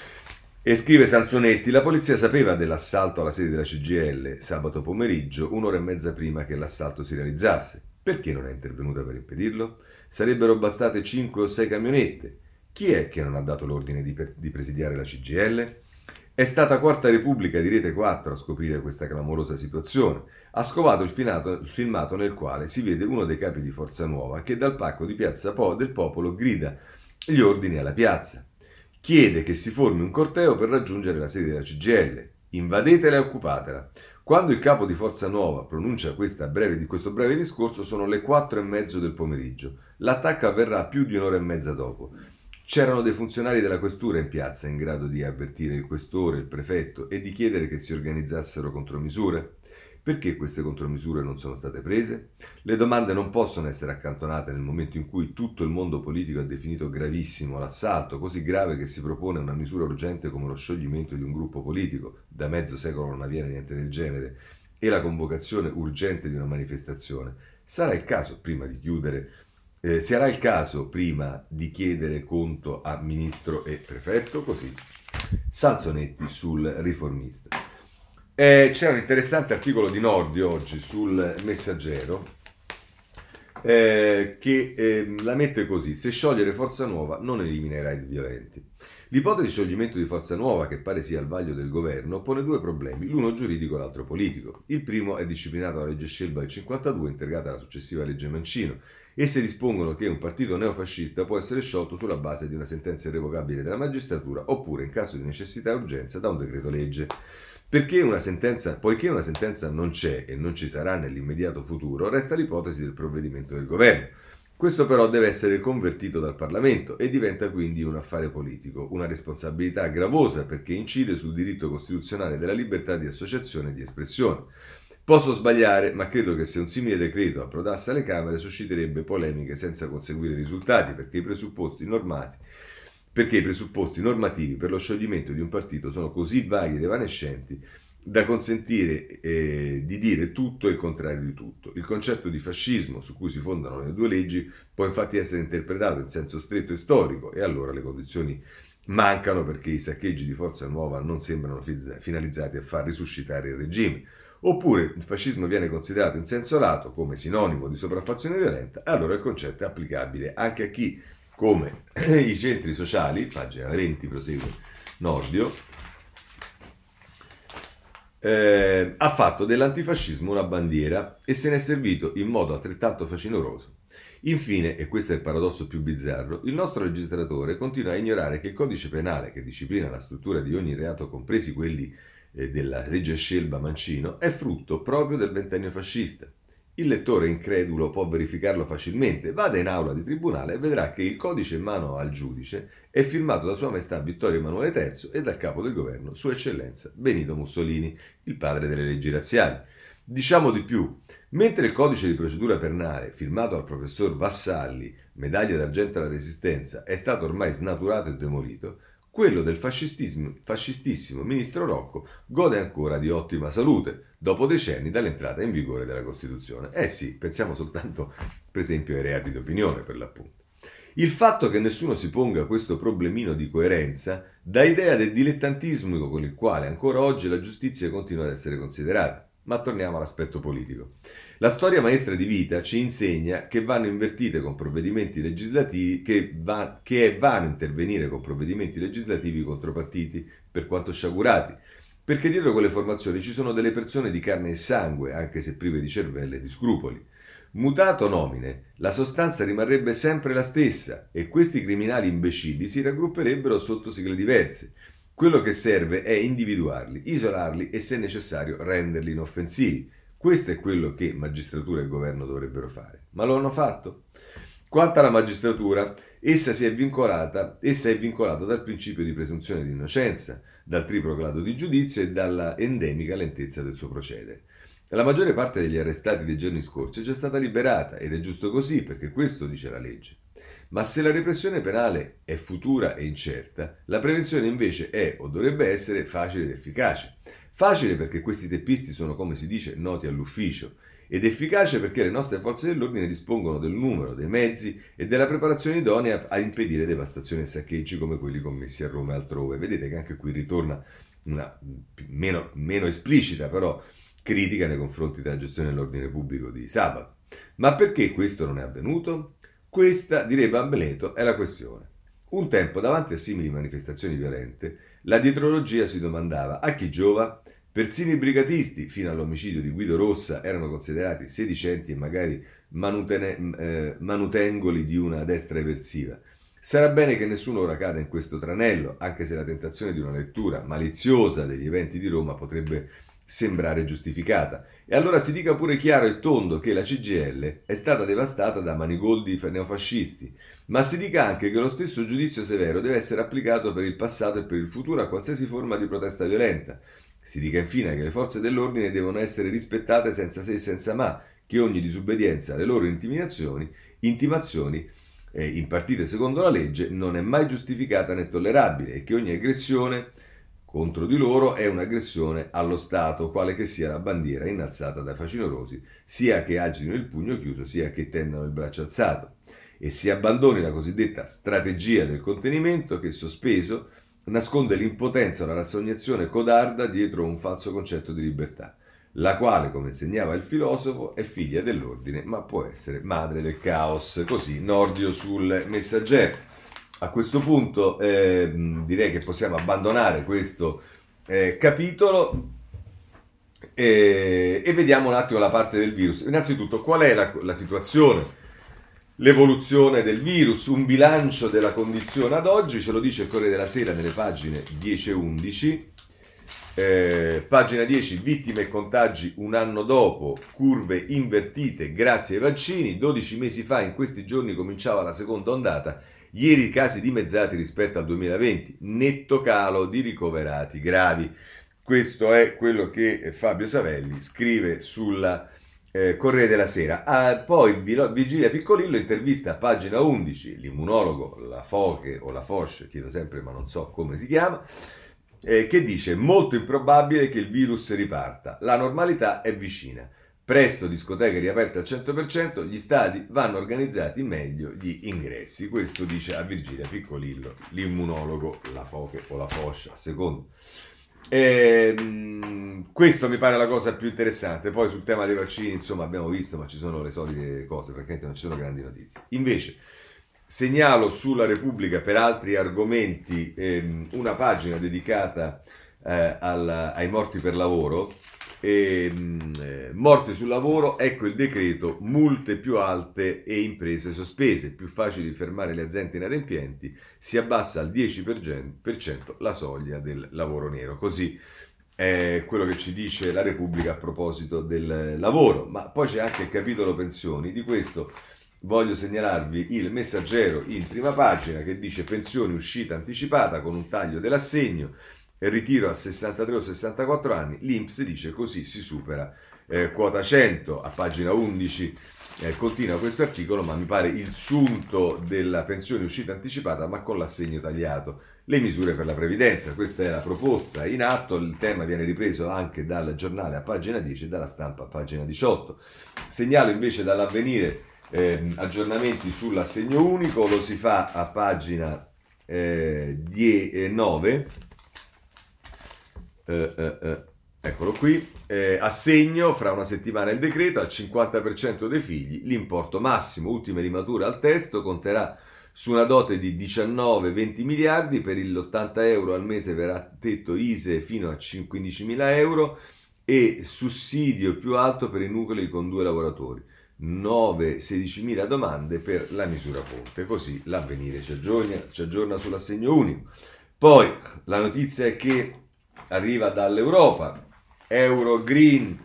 E scrive Sansonetti, la polizia sapeva dell'assalto alla sede della CGIL sabato pomeriggio, un'ora e mezza prima che l'assalto si realizzasse. Perché non è intervenuta per impedirlo? Sarebbero bastate 5 o 6 camionette. Chi è che non ha dato l'ordine di presidiare la CGIL? È stata Quarta Repubblica di Rete 4 a scoprire questa clamorosa situazione. Ha scovato il filmato nel quale si vede uno dei capi di Forza Nuova che dal palco di Piazza del Popolo grida gli ordini alla piazza. Chiede che si formi un corteo per raggiungere la sede della CGIL. Invadetela e occupatela. Quando il capo di Forza Nuova pronuncia questo breve discorso sono le 4:30 del pomeriggio. L'attacco avverrà più di un'ora e mezza dopo. C'erano dei funzionari della questura in piazza in grado di avvertire il questore, il prefetto e di chiedere che si organizzassero contromisure? Perché queste contromisure non sono state prese? Le domande non possono essere accantonate nel momento in cui tutto il mondo politico ha definito gravissimo l'assalto, così grave che si propone una misura urgente come lo scioglimento di un gruppo politico, da mezzo secolo non avviene niente del genere, e la convocazione urgente di una manifestazione. Sarà il caso prima di chiedere conto a ministro e prefetto? Così Sansonetti sul Riformista. C'è un interessante articolo di Nordi oggi sul Messaggero che la mette così: se sciogliere Forza Nuova non elimina i raid violenti. L'ipotesi di scioglimento di Forza Nuova, che pare sia al vaglio del governo, pone due problemi, l'uno giuridico e l'altro politico. Il primo è disciplinato dalla legge Scelba del 52, integrata alla successiva legge Mancino. Esse dispongono che un partito neofascista può essere sciolto sulla base di una sentenza irrevocabile della magistratura oppure, in caso di necessità e urgenza, da un decreto legge. Poiché una sentenza non c'è e non ci sarà nell'immediato futuro, resta l'ipotesi del provvedimento del governo. Questo però deve essere convertito dal Parlamento e diventa quindi un affare politico, una responsabilità gravosa perché incide sul diritto costituzionale della libertà di associazione e di espressione. Posso sbagliare, ma credo che se un simile decreto approdasse alle Camere susciterebbe polemiche senza conseguire risultati perché i presupposti normativi per lo scioglimento di un partito sono così vaghi ed evanescenti da consentire di dire tutto e il contrario di tutto. Il concetto di fascismo su cui si fondano le due leggi può infatti essere interpretato in senso stretto e storico e allora le condizioni mancano perché i saccheggi di Forza Nuova non sembrano finalizzati a far risuscitare il regime. Oppure il fascismo viene considerato in senso lato come sinonimo di sopraffazione violenta, e allora il concetto è applicabile anche a chi, come i centri sociali, pagina 20 prosegue Nordio, ha fatto dell'antifascismo una bandiera e se ne è servito in modo altrettanto facinoroso. Infine, e questo è il paradosso più bizzarro, il nostro legislatore continua a ignorare che il codice penale, che disciplina la struttura di ogni reato, compresi quelli della legge Scelba-Mancino, è frutto proprio del ventennio fascista. Il lettore incredulo può verificarlo facilmente, vada in aula di tribunale e vedrà che il codice in mano al giudice è firmato da Sua Maestà Vittorio Emanuele III e dal capo del governo, Sua Eccellenza Benito Mussolini, il padre delle leggi razziali. Diciamo di più, mentre il codice di procedura penale, firmato dal professor Vassalli, medaglia d'argento alla Resistenza, è stato ormai snaturato e demolito, quello del fascistissimo ministro Rocco gode ancora di ottima salute, dopo decenni dall'entrata in vigore della Costituzione. Eh sì, pensiamo soltanto, per esempio, ai reati d'opinione, per l'appunto. Il fatto che nessuno si ponga questo problemino di coerenza dà idea del dilettantismo con il quale ancora oggi la giustizia continua ad essere considerata. Ma torniamo all'aspetto politico. La storia maestra di vita ci insegna che vanno invertite con provvedimenti legislativi, che è vano intervenire con provvedimenti legislativi contro partiti, per quanto sciagurati, perché dietro quelle formazioni ci sono delle persone di carne e sangue, anche se prive di cervello e di scrupoli. Mutato nomine, la sostanza rimarrebbe sempre la stessa e questi criminali imbecilli si raggrupperebbero sotto sigle diverse. Quello che serve è individuarli, isolarli e, se necessario, renderli inoffensivi. Questo è quello che magistratura e governo dovrebbero fare. Ma lo hanno fatto? Quanto alla magistratura, essa è vincolata dal principio di presunzione di innocenza, dal triplo grado di giudizio e dalla endemica lentezza del suo procedere. La maggiore parte degli arrestati dei giorni scorsi è già stata liberata ed è giusto così, perché questo dice la legge. Ma se la repressione penale è futura e incerta, la prevenzione invece è o dovrebbe essere facile ed efficace. Facile perché questi teppisti sono, come si dice, noti all'ufficio, ed efficace perché le nostre forze dell'ordine dispongono del numero, dei mezzi e della preparazione idonea a impedire devastazioni e saccheggi come quelli commessi a Roma e altrove. Vedete che anche qui ritorna una meno esplicita, però critica nei confronti della gestione dell'ordine pubblico di sabato. Ma perché questo non è avvenuto? Questa, direbbe Amleto, è la questione. Un tempo, davanti a simili manifestazioni violente, la dietrologia si domandava a chi giova? Persino i brigatisti, fino all'omicidio di Guido Rossa, erano considerati sedicenti e magari manutengoli di una destra eversiva. Sarà bene che nessuno ora cada in questo tranello, anche se la tentazione di una lettura maliziosa degli eventi di Roma potrebbe sembrare giustificata. E allora si dica pure chiaro e tondo che la CGIL è stata devastata da manigoldi neofascisti, ma si dica anche che lo stesso giudizio severo deve essere applicato per il passato e per il futuro a qualsiasi forma di protesta violenta. Si dica infine che le forze dell'ordine devono essere rispettate senza se e senza ma, che ogni disobbedienza alle loro intimazioni impartite secondo la legge non è mai giustificata né tollerabile e che ogni aggressione contro di loro è un'aggressione allo Stato, quale che sia la bandiera innalzata dai facinorosi, sia che agitino il pugno chiuso, sia che tendano il braccio alzato. E si abbandoni la cosiddetta strategia del contenimento che, sospeso, nasconde l'impotenza o la rassegnazione codarda dietro un falso concetto di libertà, la quale, come insegnava il filosofo, è figlia dell'ordine, ma può essere madre del caos. Così Nordio sul Messaggero. A questo punto direi che possiamo abbandonare questo capitolo e vediamo un attimo la parte del virus. Innanzitutto, qual è la situazione, l'evoluzione del virus, un bilancio della condizione ad oggi, ce lo dice il Corriere della Sera nelle pagine 10 e 11. Pagina 10, vittime e contagi un anno dopo, curve invertite grazie ai vaccini. 12 mesi fa, in questi giorni, cominciava la seconda ondata. Ieri i casi dimezzati rispetto al 2020, netto calo di ricoverati gravi. Questo è quello che Fabio Savelli scrive sulla Corriere della Sera. Poi Virgilia Piccolillo intervista a pagina 11 l'immunologo, la Foche o la Foch, chiedo sempre ma non so come si chiama, che dice molto improbabile che il virus riparta, la normalità è vicina. Presto discoteche riaperte al 100%, gli stadi vanno organizzati meglio gli ingressi. Questo dice a Virgilia Piccolillo, l'immunologo, la Foche o la Foscia, secondo. Questo mi pare la cosa più interessante. Poi sul tema dei vaccini, insomma, abbiamo visto, ma ci sono le solite cose, francamente non ci sono grandi notizie. Invece, segnalo sulla Repubblica per altri argomenti una pagina dedicata ai morti per lavoro. Morti sul lavoro, ecco il decreto, multe più alte e imprese sospese, più facili fermare le aziende inadempienti, si abbassa al 10% la soglia del lavoro nero. Così è quello che ci dice la Repubblica a proposito del lavoro. Ma poi c'è anche il capitolo pensioni. Di questo voglio segnalarvi il Messaggero in prima pagina, che dice: pensioni uscita anticipata con un taglio dell'assegno, ritiro a 63 o 64 anni, l'INPS dice così si supera quota 100. A pagina 11 continua questo articolo, ma mi pare il sunto della pensione uscita anticipata ma con l'assegno tagliato, le misure per la previdenza. Questa è la proposta in atto, il tema viene ripreso anche dal Giornale a pagina 10 e dalla Stampa a pagina 18. Segnalo invece dall'Avvenire aggiornamenti sull'assegno unico, lo si fa a pagina 9. Eccolo qui, assegno fra una settimana il decreto al 50% dei figli, l'importo massimo, ultime rimature al testo, conterà su una dote di 19-20 miliardi, per l'80 euro al mese verrà tetto ISE fino a 15.000 euro e sussidio più alto per i nuclei con 2 lavoratori, 9-16.000 domande per la misura ponte. Così l'Avvenire ci aggiorna sull'assegno unico. Poi la notizia è che arriva dall'Europa, Euro Green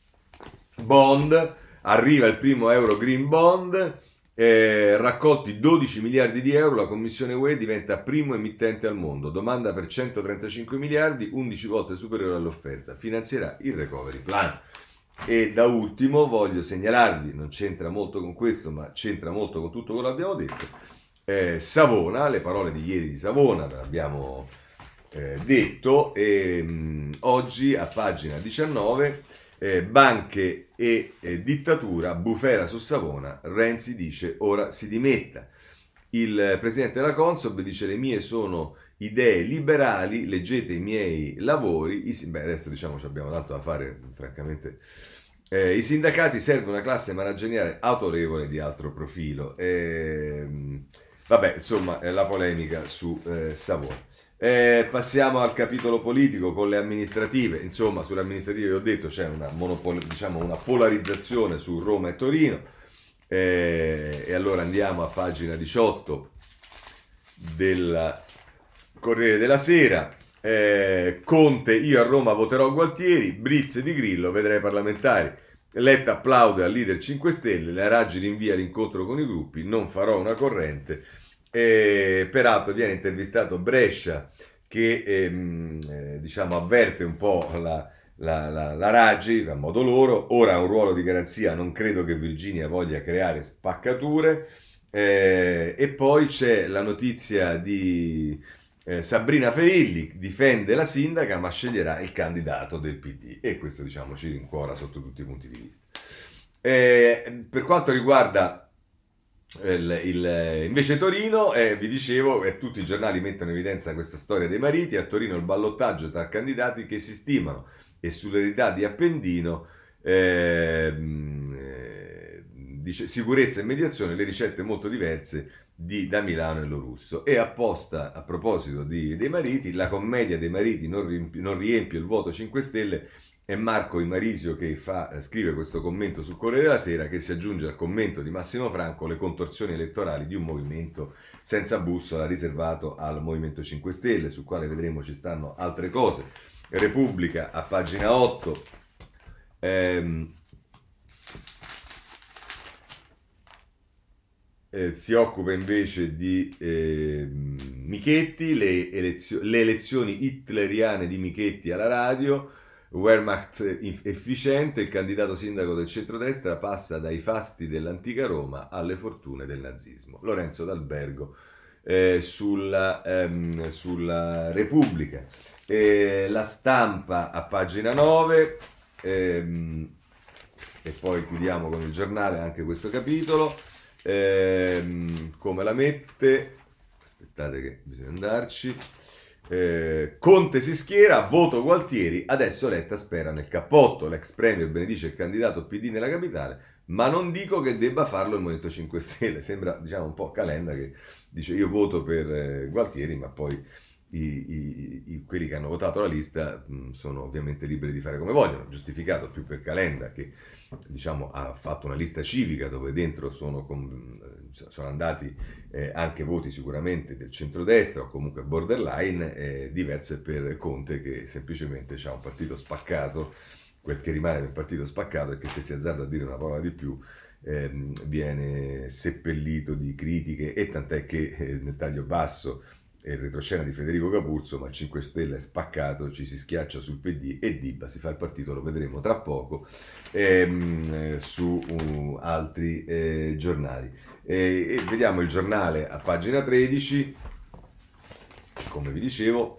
Bond, arriva il primo Euro Green Bond, raccolti 12 miliardi di euro, la Commissione UE diventa primo emittente al mondo, domanda per 135 miliardi, 11 volte superiore all'offerta, finanzierà il Recovery Plan. E da ultimo voglio segnalarvi, non c'entra molto con questo, ma c'entra molto con tutto quello che abbiamo detto, Savona, le parole di ieri di Savona, ve l'abbiamo detto, oggi a pagina 19, banche e dittatura, bufera su Savona, Renzi dice ora si dimetta. Il presidente della Consob dice: le mie sono idee liberali, leggete i miei lavori. Adesso diciamo ci abbiamo tanto da fare, francamente. I sindacati serve una classe manageriale autorevole di altro profilo. Vabbè, insomma, la polemica su Savona. Passiamo al capitolo politico con le amministrative. Insomma, sulle amministrative vi ho detto c'è una polarizzazione su Roma e Torino. E allora andiamo a pagina 18 del Corriere della Sera. Conte: io a Roma voterò Gualtieri, Brizze di Grillo, vedrei parlamentari. Letta applaude al leader 5 Stelle, la Raggi rinvia l'incontro con i gruppi, non farò una corrente. Peraltro viene intervistato Brescia, che diciamo avverte un po' la Raggi a modo loro. Ora ha un ruolo di garanzia, non credo che Virginia voglia creare spaccature. E poi c'è la notizia di Sabrina Ferilli, difende la sindaca ma sceglierà il candidato del PD, e questo diciamo ci rincuora sotto tutti i punti di vista. Per quanto riguarda invece Torino, vi dicevo, tutti i giornali mettono in evidenza questa storia dei mariti. A Torino il ballottaggio tra candidati che si stimano e sull'eredità di Appendino, dice sicurezza e mediazione, le ricette molto diverse da Milano e Lorusso. E apposta, a proposito dei mariti, la commedia dei mariti non riempie il voto 5 Stelle. È Marco Imarisio che scrive questo commento sul Corriere della Sera, che si aggiunge al commento di Massimo Franco: le contorsioni elettorali di un movimento senza bussola riservato al Movimento 5 Stelle, sul quale vedremo ci stanno altre cose. Repubblica a pagina 8 si occupa invece di Michetti, le elezioni hitleriane di Michetti alla radio. Wehrmacht efficiente, il candidato sindaco del centrodestra passa dai fasti dell'antica Roma alle fortune del nazismo. Lorenzo D'Albergo sulla Repubblica. La Stampa a pagina 9, e poi chiudiamo con il Giornale anche questo capitolo. Come la mette? Aspettate che bisogna andarci. Conte si schiera, voto Gualtieri, adesso Letta spera nel cappotto, l'ex premier benedice il candidato PD nella capitale, ma non dico che debba farlo il Movimento 5 Stelle, sembra diciamo un po' Calenda che dice io voto per Gualtieri, ma poi quelli che hanno votato la lista sono ovviamente liberi di fare come vogliono, giustificato più per Calenda che diciamo, ha fatto una lista civica dove dentro sono andati anche voti sicuramente del centrodestra o comunque borderline, diverse per Conte che semplicemente ha un partito spaccato, quel che rimane del partito spaccato e che se si azzarda a dire una parola di più viene seppellito di critiche e tant'è che nel taglio basso il retroscena di Federico Capuzzo, ma il 5 Stelle è spaccato, ci si schiaccia sul PD e Dibba si fa il partito, lo vedremo tra poco su altri giornali. E vediamo il giornale a pagina 13, come vi dicevo,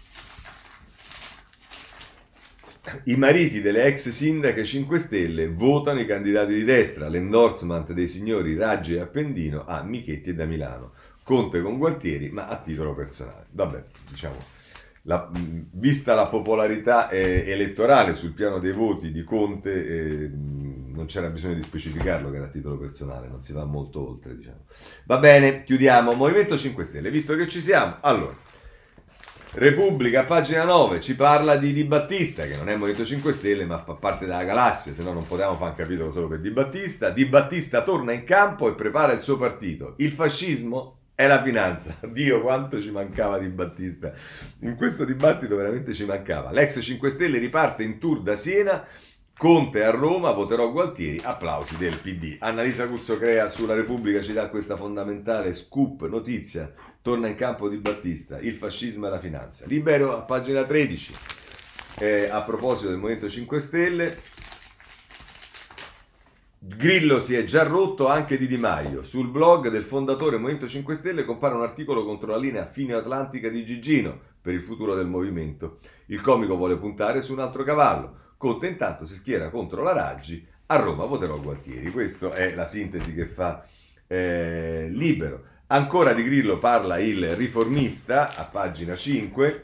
i mariti delle ex sindache 5 Stelle votano i candidati di destra, l'endorsement dei signori Raggi e Appendino a Michetti e da Milano. Conte con Gualtieri, ma a titolo personale. Vabbè, diciamo, vista la popolarità elettorale sul piano dei voti di Conte, non c'era bisogno di specificarlo che era a titolo personale, non si va molto oltre, diciamo. Va bene, chiudiamo. Movimento 5 Stelle, visto che ci siamo, allora, Repubblica, pagina 9, ci parla di Di Battista, che non è Movimento 5 Stelle, ma fa parte della galassia, se no non potevamo fare un capitolo solo per Di Battista. Di Battista torna in campo e prepara il suo partito. Il fascismo è la finanza. Dio, quanto ci mancava Di Battista. In questo dibattito veramente ci mancava. L'ex 5 Stelle riparte in tour da Siena. Conte a Roma, voterò Gualtieri, applausi del PD. Annalisa Cuzzocrea sulla Repubblica ci dà questa fondamentale scoop, notizia. Torna in campo Di Battista, il fascismo e la finanza. Libero a pagina 13. A proposito del Movimento 5 Stelle, Grillo si è già rotto anche di Di Maio. Sul blog del fondatore Movimento 5 Stelle compare un articolo contro la linea fine-atlantica di Gigino per il futuro del movimento. Il comico vuole puntare su un altro cavallo. Conte intanto si schiera contro la Raggi, a Roma voterò Gualtieri. Questa è la sintesi che fa Libero. Ancora di Grillo parla il Riformista a pagina 5.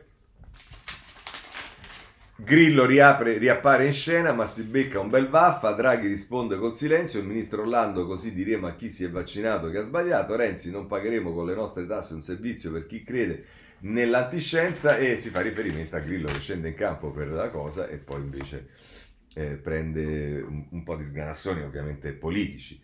Grillo riappare in scena, ma si becca un bel vaffa. Draghi risponde col silenzio. Il ministro Orlando: così diremo a chi si è vaccinato che ha sbagliato. Renzi: non pagheremo con le nostre tasse un servizio per chi crede nell'antiscienza. E si fa riferimento a Grillo che scende in campo per la cosa e poi invece prende un po' di sganassoni ovviamente politici.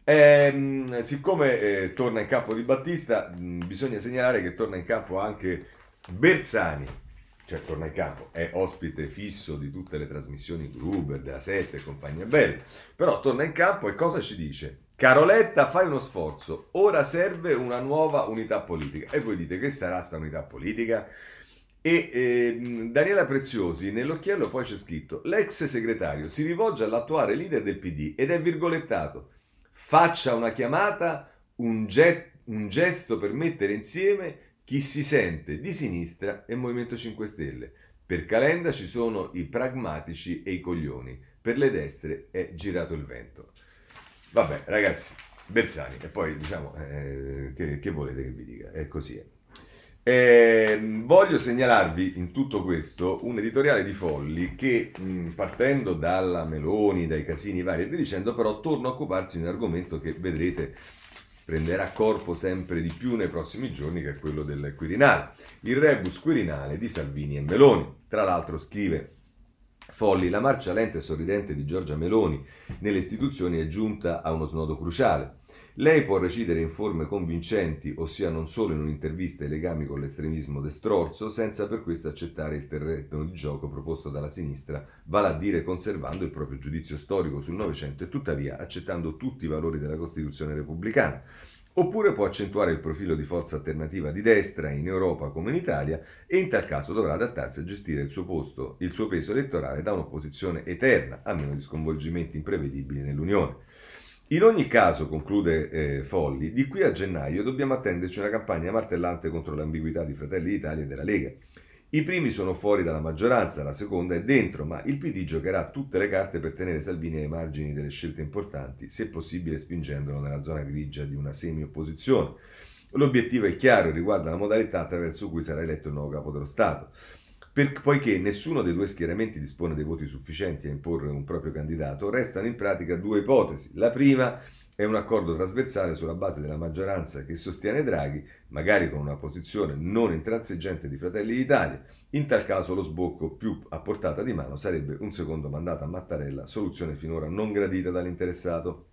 Siccome torna in campo Di Battista, bisogna segnalare che torna in campo anche Bersani, cioè torna in campo, è ospite fisso di tutte le trasmissioni Gruber, della 7 e compagnia bella, però torna in campo e cosa ci dice? Caro Letta, fai uno sforzo, ora serve una nuova unità politica. E voi dite che sarà sta unità politica? E Daniela Preziosi, nell'occhiello poi c'è scritto: l'ex segretario si rivolge all'attuale leader del PD ed è virgolettato: faccia una chiamata, un gesto per mettere insieme chi si sente di sinistra e Movimento 5 Stelle. Per Calenda ci sono i pragmatici e i coglioni, per le destre è girato il vento. Vabbè, ragazzi, Bersani, e poi diciamo, che volete che vi dica? È così. Voglio segnalarvi in tutto questo un editoriale di Folli che, partendo dalla Meloni, dai casini vari e via dicendo, però torna a occuparsi di un argomento che vedrete prenderà corpo sempre di più nei prossimi giorni, che è quello del Quirinale. Il rebus Quirinale di Salvini e Meloni. Tra l'altro scrive Folli: la marcia lenta e sorridente di Giorgia Meloni nelle istituzioni è giunta a uno snodo cruciale. Lei può recidere in forme convincenti, ossia non solo in un'intervista ai legami con l'estremismo destrorso, senza per questo accettare il terreno di gioco proposto dalla sinistra, vale a dire conservando il proprio giudizio storico sul Novecento e tuttavia accettando tutti i valori della Costituzione repubblicana. Oppure può accentuare il profilo di forza alternativa di destra in Europa come in Italia e in tal caso dovrà adattarsi a gestire il suo peso elettorale da un'opposizione eterna, a meno di sconvolgimenti imprevedibili nell'Unione. In ogni caso, conclude Folli, di qui a gennaio dobbiamo attenderci una campagna martellante contro l'ambiguità di Fratelli d'Italia e della Lega. I primi sono fuori dalla maggioranza, la seconda è dentro, ma il PD giocherà tutte le carte per tenere Salvini ai margini delle scelte importanti, se possibile spingendolo nella zona grigia di una semi-opposizione. L'obiettivo è chiaro e riguarda la modalità attraverso cui sarà eletto il nuovo capo dello Stato. Poiché nessuno dei due schieramenti dispone dei voti sufficienti a imporre un proprio candidato, restano in pratica due ipotesi. La prima è un accordo trasversale sulla base della maggioranza che sostiene Draghi, magari con una posizione non intransigente di Fratelli d'Italia. In tal caso lo sbocco più a portata di mano sarebbe un secondo mandato a Mattarella, soluzione finora non gradita dall'interessato.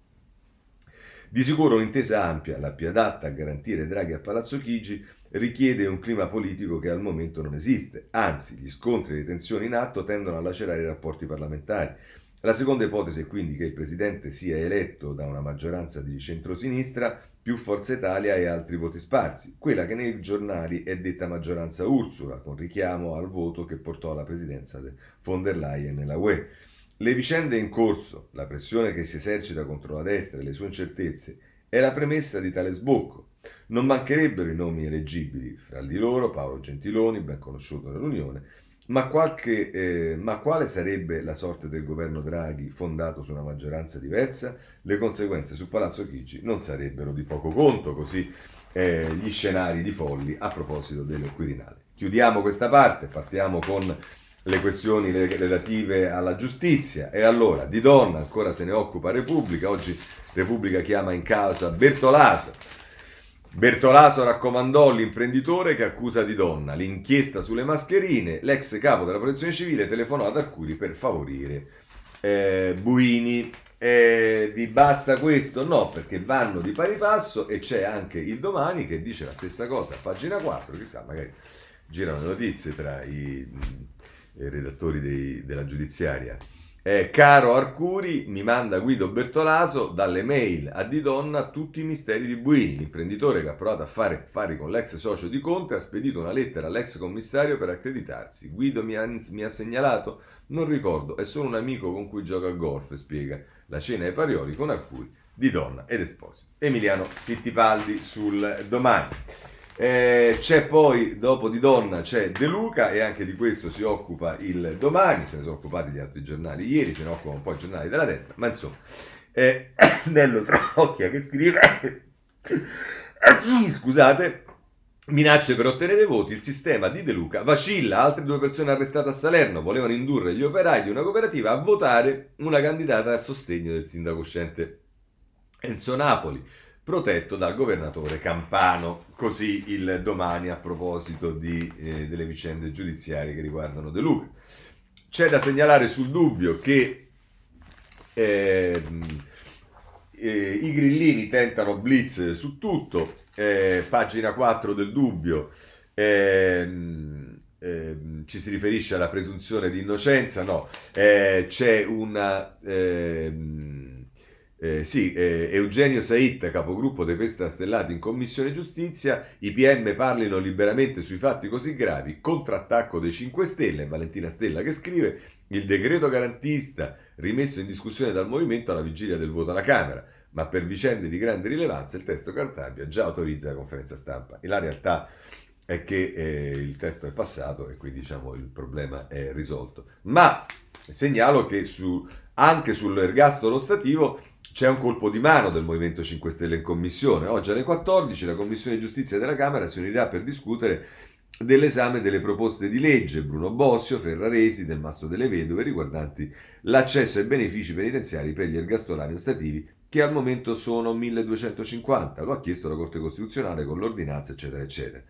Di sicuro un'intesa ampia, la più adatta a garantire Draghi a Palazzo Chigi, richiede un clima politico che al momento non esiste, anzi gli scontri e le tensioni in atto tendono a lacerare i rapporti parlamentari. La seconda ipotesi è quindi che il Presidente sia eletto da una maggioranza di centrosinistra più Forza Italia e altri voti sparsi, quella che nei giornali è detta maggioranza Ursula, con richiamo al voto che portò alla presidenza di von der Leyen nella UE. Le vicende in corso, la pressione che si esercita contro la destra e le sue incertezze è la premessa di tale sbocco. Non mancherebbero i nomi eleggibili, fra di loro Paolo Gentiloni, ben conosciuto nell'Unione, ma quale sarebbe la sorte del governo Draghi fondato su una maggioranza diversa? Le conseguenze su Palazzo Chigi non sarebbero di poco conto, così gli scenari di folli a proposito del Quirinale. Chiudiamo questa parte, partiamo con le questioni relative alla giustizia. E allora, di Donna ancora se ne occupa Repubblica. Oggi Repubblica chiama in causa Bertolaso. Bertolaso raccomandò l'imprenditore che accusa Di Donna. L'inchiesta sulle mascherine. L'ex capo della protezione civile telefonò ad Arcuri per favorire Buini. Vi basta questo? No, perché vanno di pari passo, e c'è anche il Domani che dice la stessa cosa a pagina 4. Chissà, magari girano le notizie tra i redattori della giudiziaria. Caro Arcuri, mi manda Guido Bertolaso dalle mail a Di Donna tutti i misteri di Buini. L'imprenditore che ha provato a fare affari con l'ex socio di Conte ha spedito una lettera all'ex commissario per accreditarsi. Guido mi ha segnalato? Non ricordo, è solo un amico con cui gioca a golf, spiega. La cena ai Parioli con Arcuri, Di Donna ed Esposito. Emiliano Fittipaldi sul Domani. C'è poi, dopo Di Donna, c'è De Luca, e anche di questo si occupa il Domani. Se ne sono occupati gli altri giornali ieri, se ne occupano un po' i giornali della destra, ma insomma Nello Trocchia che scrive scusate, minacce per ottenere voti, il sistema di De Luca vacilla, altre 2 persone arrestate a Salerno volevano indurre gli operai di una cooperativa a votare una candidata a sostegno del sindaco uscente Enzo Napoli, protetto dal governatore Campano. Così il Domani a proposito delle vicende giudiziarie che riguardano De Luca. C'è da segnalare sul Dubbio che i grillini tentano blitz su tutto. Pagina 4 del Dubbio, ci si riferisce alla presunzione di innocenza. No, c'è una Eugenio Saitta, capogruppo dei Pestastellati in Commissione Giustizia. I PM parlino liberamente sui fatti così gravi, contrattacco dei 5 Stelle. Valentina Stella che scrive: il decreto garantista rimesso in discussione dal movimento alla vigilia del voto alla Camera, ma per vicende di grande rilevanza il testo Cartabia già autorizza la conferenza stampa. E la realtà è che il testo è passato e quindi diciamo il problema è risolto. Ma segnalo che anche sull'ergastolo ostativo c'è un colpo di mano del Movimento 5 Stelle in Commissione. Oggi alle 14 la Commissione Giustizia della Camera si unirà per discutere dell'esame delle proposte di legge Bruno Bossio, Ferraresi, Del Mastro delle Vedove riguardanti l'accesso ai benefici penitenziari per gli ergastolani ostativi, che al momento sono 1250. Lo ha chiesto la Corte Costituzionale con l'ordinanza, eccetera, eccetera.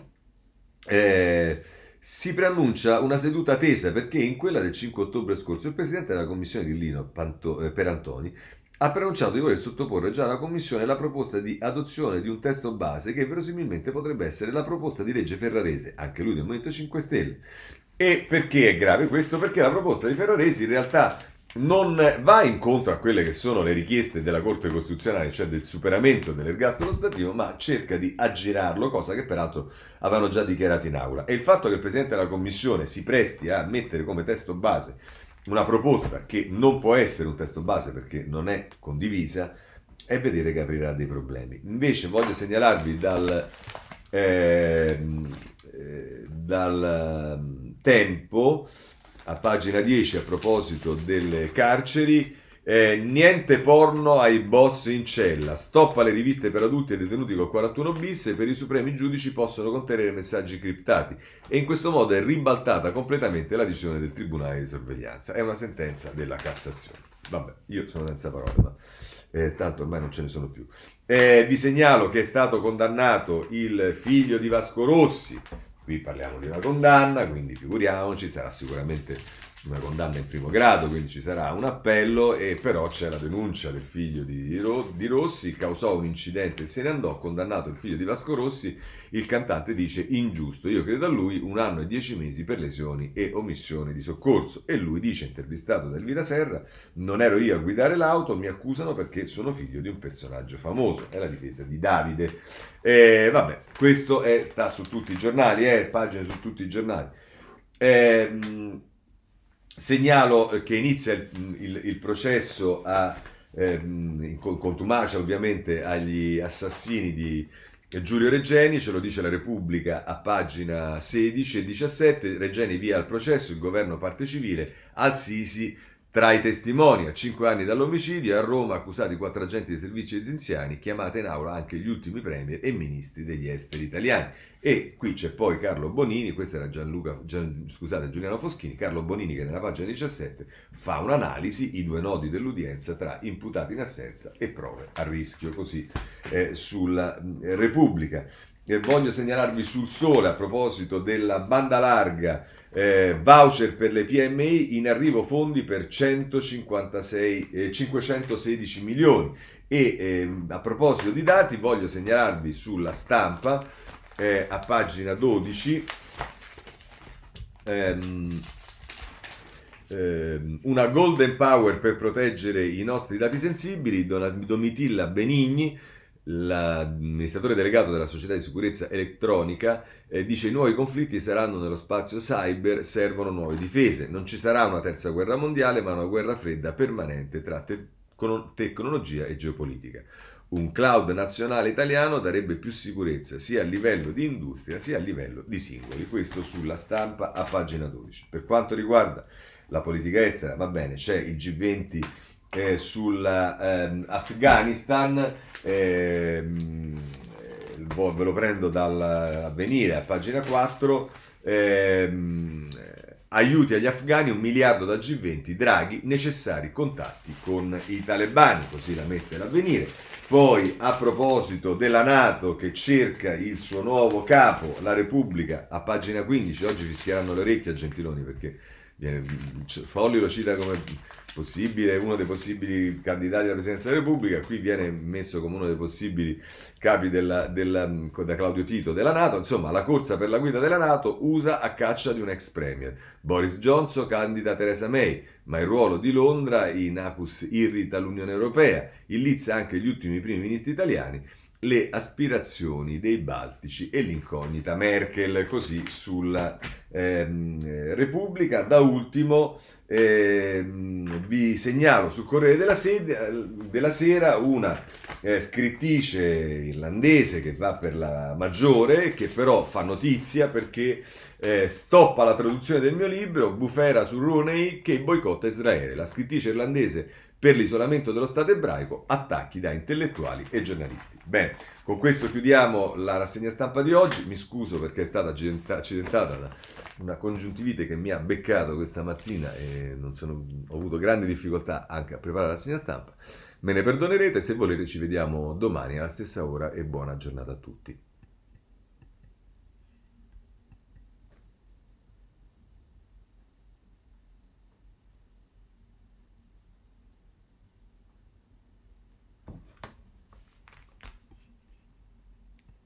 Si preannuncia una seduta tesa perché in quella del 5 ottobre scorso il presidente della Commissione Grillino, Perantoni, ha preannunciato di voler sottoporre già alla Commissione la proposta di adozione di un testo base che verosimilmente potrebbe essere la proposta di legge Ferrarese, anche lui del Movimento 5 Stelle. E perché è grave questo? Perché la proposta di Ferraresi in realtà non va incontro a quelle che sono le richieste della Corte Costituzionale, cioè del superamento dell'ergastolo ostativo, ma cerca di aggirarlo, cosa che peraltro avevano già dichiarato in aula. E il fatto che il Presidente della Commissione si presti a mettere come testo base una proposta che non può essere un testo base perché non è condivisa, è vedere che aprirà dei problemi. Invece voglio segnalarvi dal Tempo, a pagina 10, a proposito delle carceri, Niente porno ai boss in cella, stoppa le riviste per adulti e detenuti col 41 bis e per i supremi giudici possono contenere messaggi criptati e in questo modo è ribaltata completamente la decisione del tribunale di sorveglianza. È una sentenza della Cassazione. Vabbè, io sono senza parole, ma tanto ormai non ce ne sono più. Vi segnalo che è stato condannato il figlio di Vasco Rossi. Qui parliamo di una condanna, quindi figuriamoci, sarà sicuramente una condanna in primo grado, quindi ci sarà un appello, e però c'è la denuncia del figlio di Rossi, causò un incidente e se ne andò, condannato il figlio di Vasco Rossi, il cantante dice ingiusto, io credo a lui, 1 anno e 10 mesi per lesioni e omissioni di soccorso, e lui dice, intervistato da Elvira Serra, non ero io a guidare l'auto, mi accusano perché sono figlio di un personaggio famoso, è la difesa di Davide. Vabbè, questo sta su tutti i giornali, pagine su tutti i giornali. Segnalo che inizia il processo in contumacia ovviamente agli assassini di Giulio Regeni, ce lo dice la Repubblica a pagina 16 e 17, Regeni via al processo, il governo parte civile, Al-Sisi tra i testimoni, a 5 anni dall'omicidio, a Roma accusati 4 agenti dei servizi egiziani, chiamate in aula anche gli ultimi premier e ministri degli esteri italiani. E qui c'è poi Carlo Bonini, questo era Giuliano Foschini, Carlo Bonini che nella pagina 17 fa un'analisi, i 2 nodi dell'udienza tra imputati in assenza e prove a rischio, così sulla Repubblica. Voglio segnalarvi sul Sole, a proposito della banda larga, voucher per le PMI, in arrivo fondi per 516 milioni. E a proposito di dati, voglio segnalarvi sulla Stampa, a pagina 12, una golden power per proteggere i nostri dati sensibili. Domitilla Benigni, l'amministratore delegato della società di sicurezza elettronica, dice: i nuovi conflitti saranno nello spazio cyber, servono nuove difese, non ci sarà una terza guerra mondiale ma una guerra fredda permanente tra tecnologia e geopolitica. Un cloud nazionale italiano darebbe più sicurezza sia a livello di industria sia a livello di singoli. Questo sulla Stampa a pagina 12. Per quanto riguarda la politica estera, va bene, c'è il G20 sull'Afghanistan, ve lo prendo dall'Avvenire a pagina 4, aiuti agli afghani, 1 miliardo da G20, Draghi, necessari contatti con i talebani, così la mette l'Avvenire. Poi, a proposito della NATO che cerca il suo nuovo capo, la Repubblica, a pagina 15, oggi fischieranno le orecchie a Gentiloni perché Folli lo cita come possibile, uno dei possibili candidati alla presidenza della Repubblica, qui viene messo come uno dei possibili capi da Claudio Tito della NATO. Insomma, la corsa per la guida della NATO, USA a caccia di un ex premier. Boris Johnson candida Theresa May, ma il ruolo di Londra in ACUS irrita l'Unione Europea, illizza anche gli ultimi primi ministri italiani, le aspirazioni dei Baltici e l'incognita Merkel, così sulla Repubblica. Da ultimo vi segnalo sul Corriere della Sera una scrittrice irlandese che va per la maggiore, che però fa notizia perché stoppa la traduzione del mio libro, Bufera su Rouhani che boicotta Israele. La scrittrice irlandese per l'isolamento dello Stato ebraico, attacchi da intellettuali e giornalisti. Bene, con questo chiudiamo la rassegna stampa di oggi. Mi scuso perché è stata accidentata da una congiuntivite che mi ha beccato questa mattina e ho avuto grandi difficoltà anche a preparare la rassegna stampa. Me ne perdonerete, se volete ci vediamo domani alla stessa ora e buona giornata a tutti.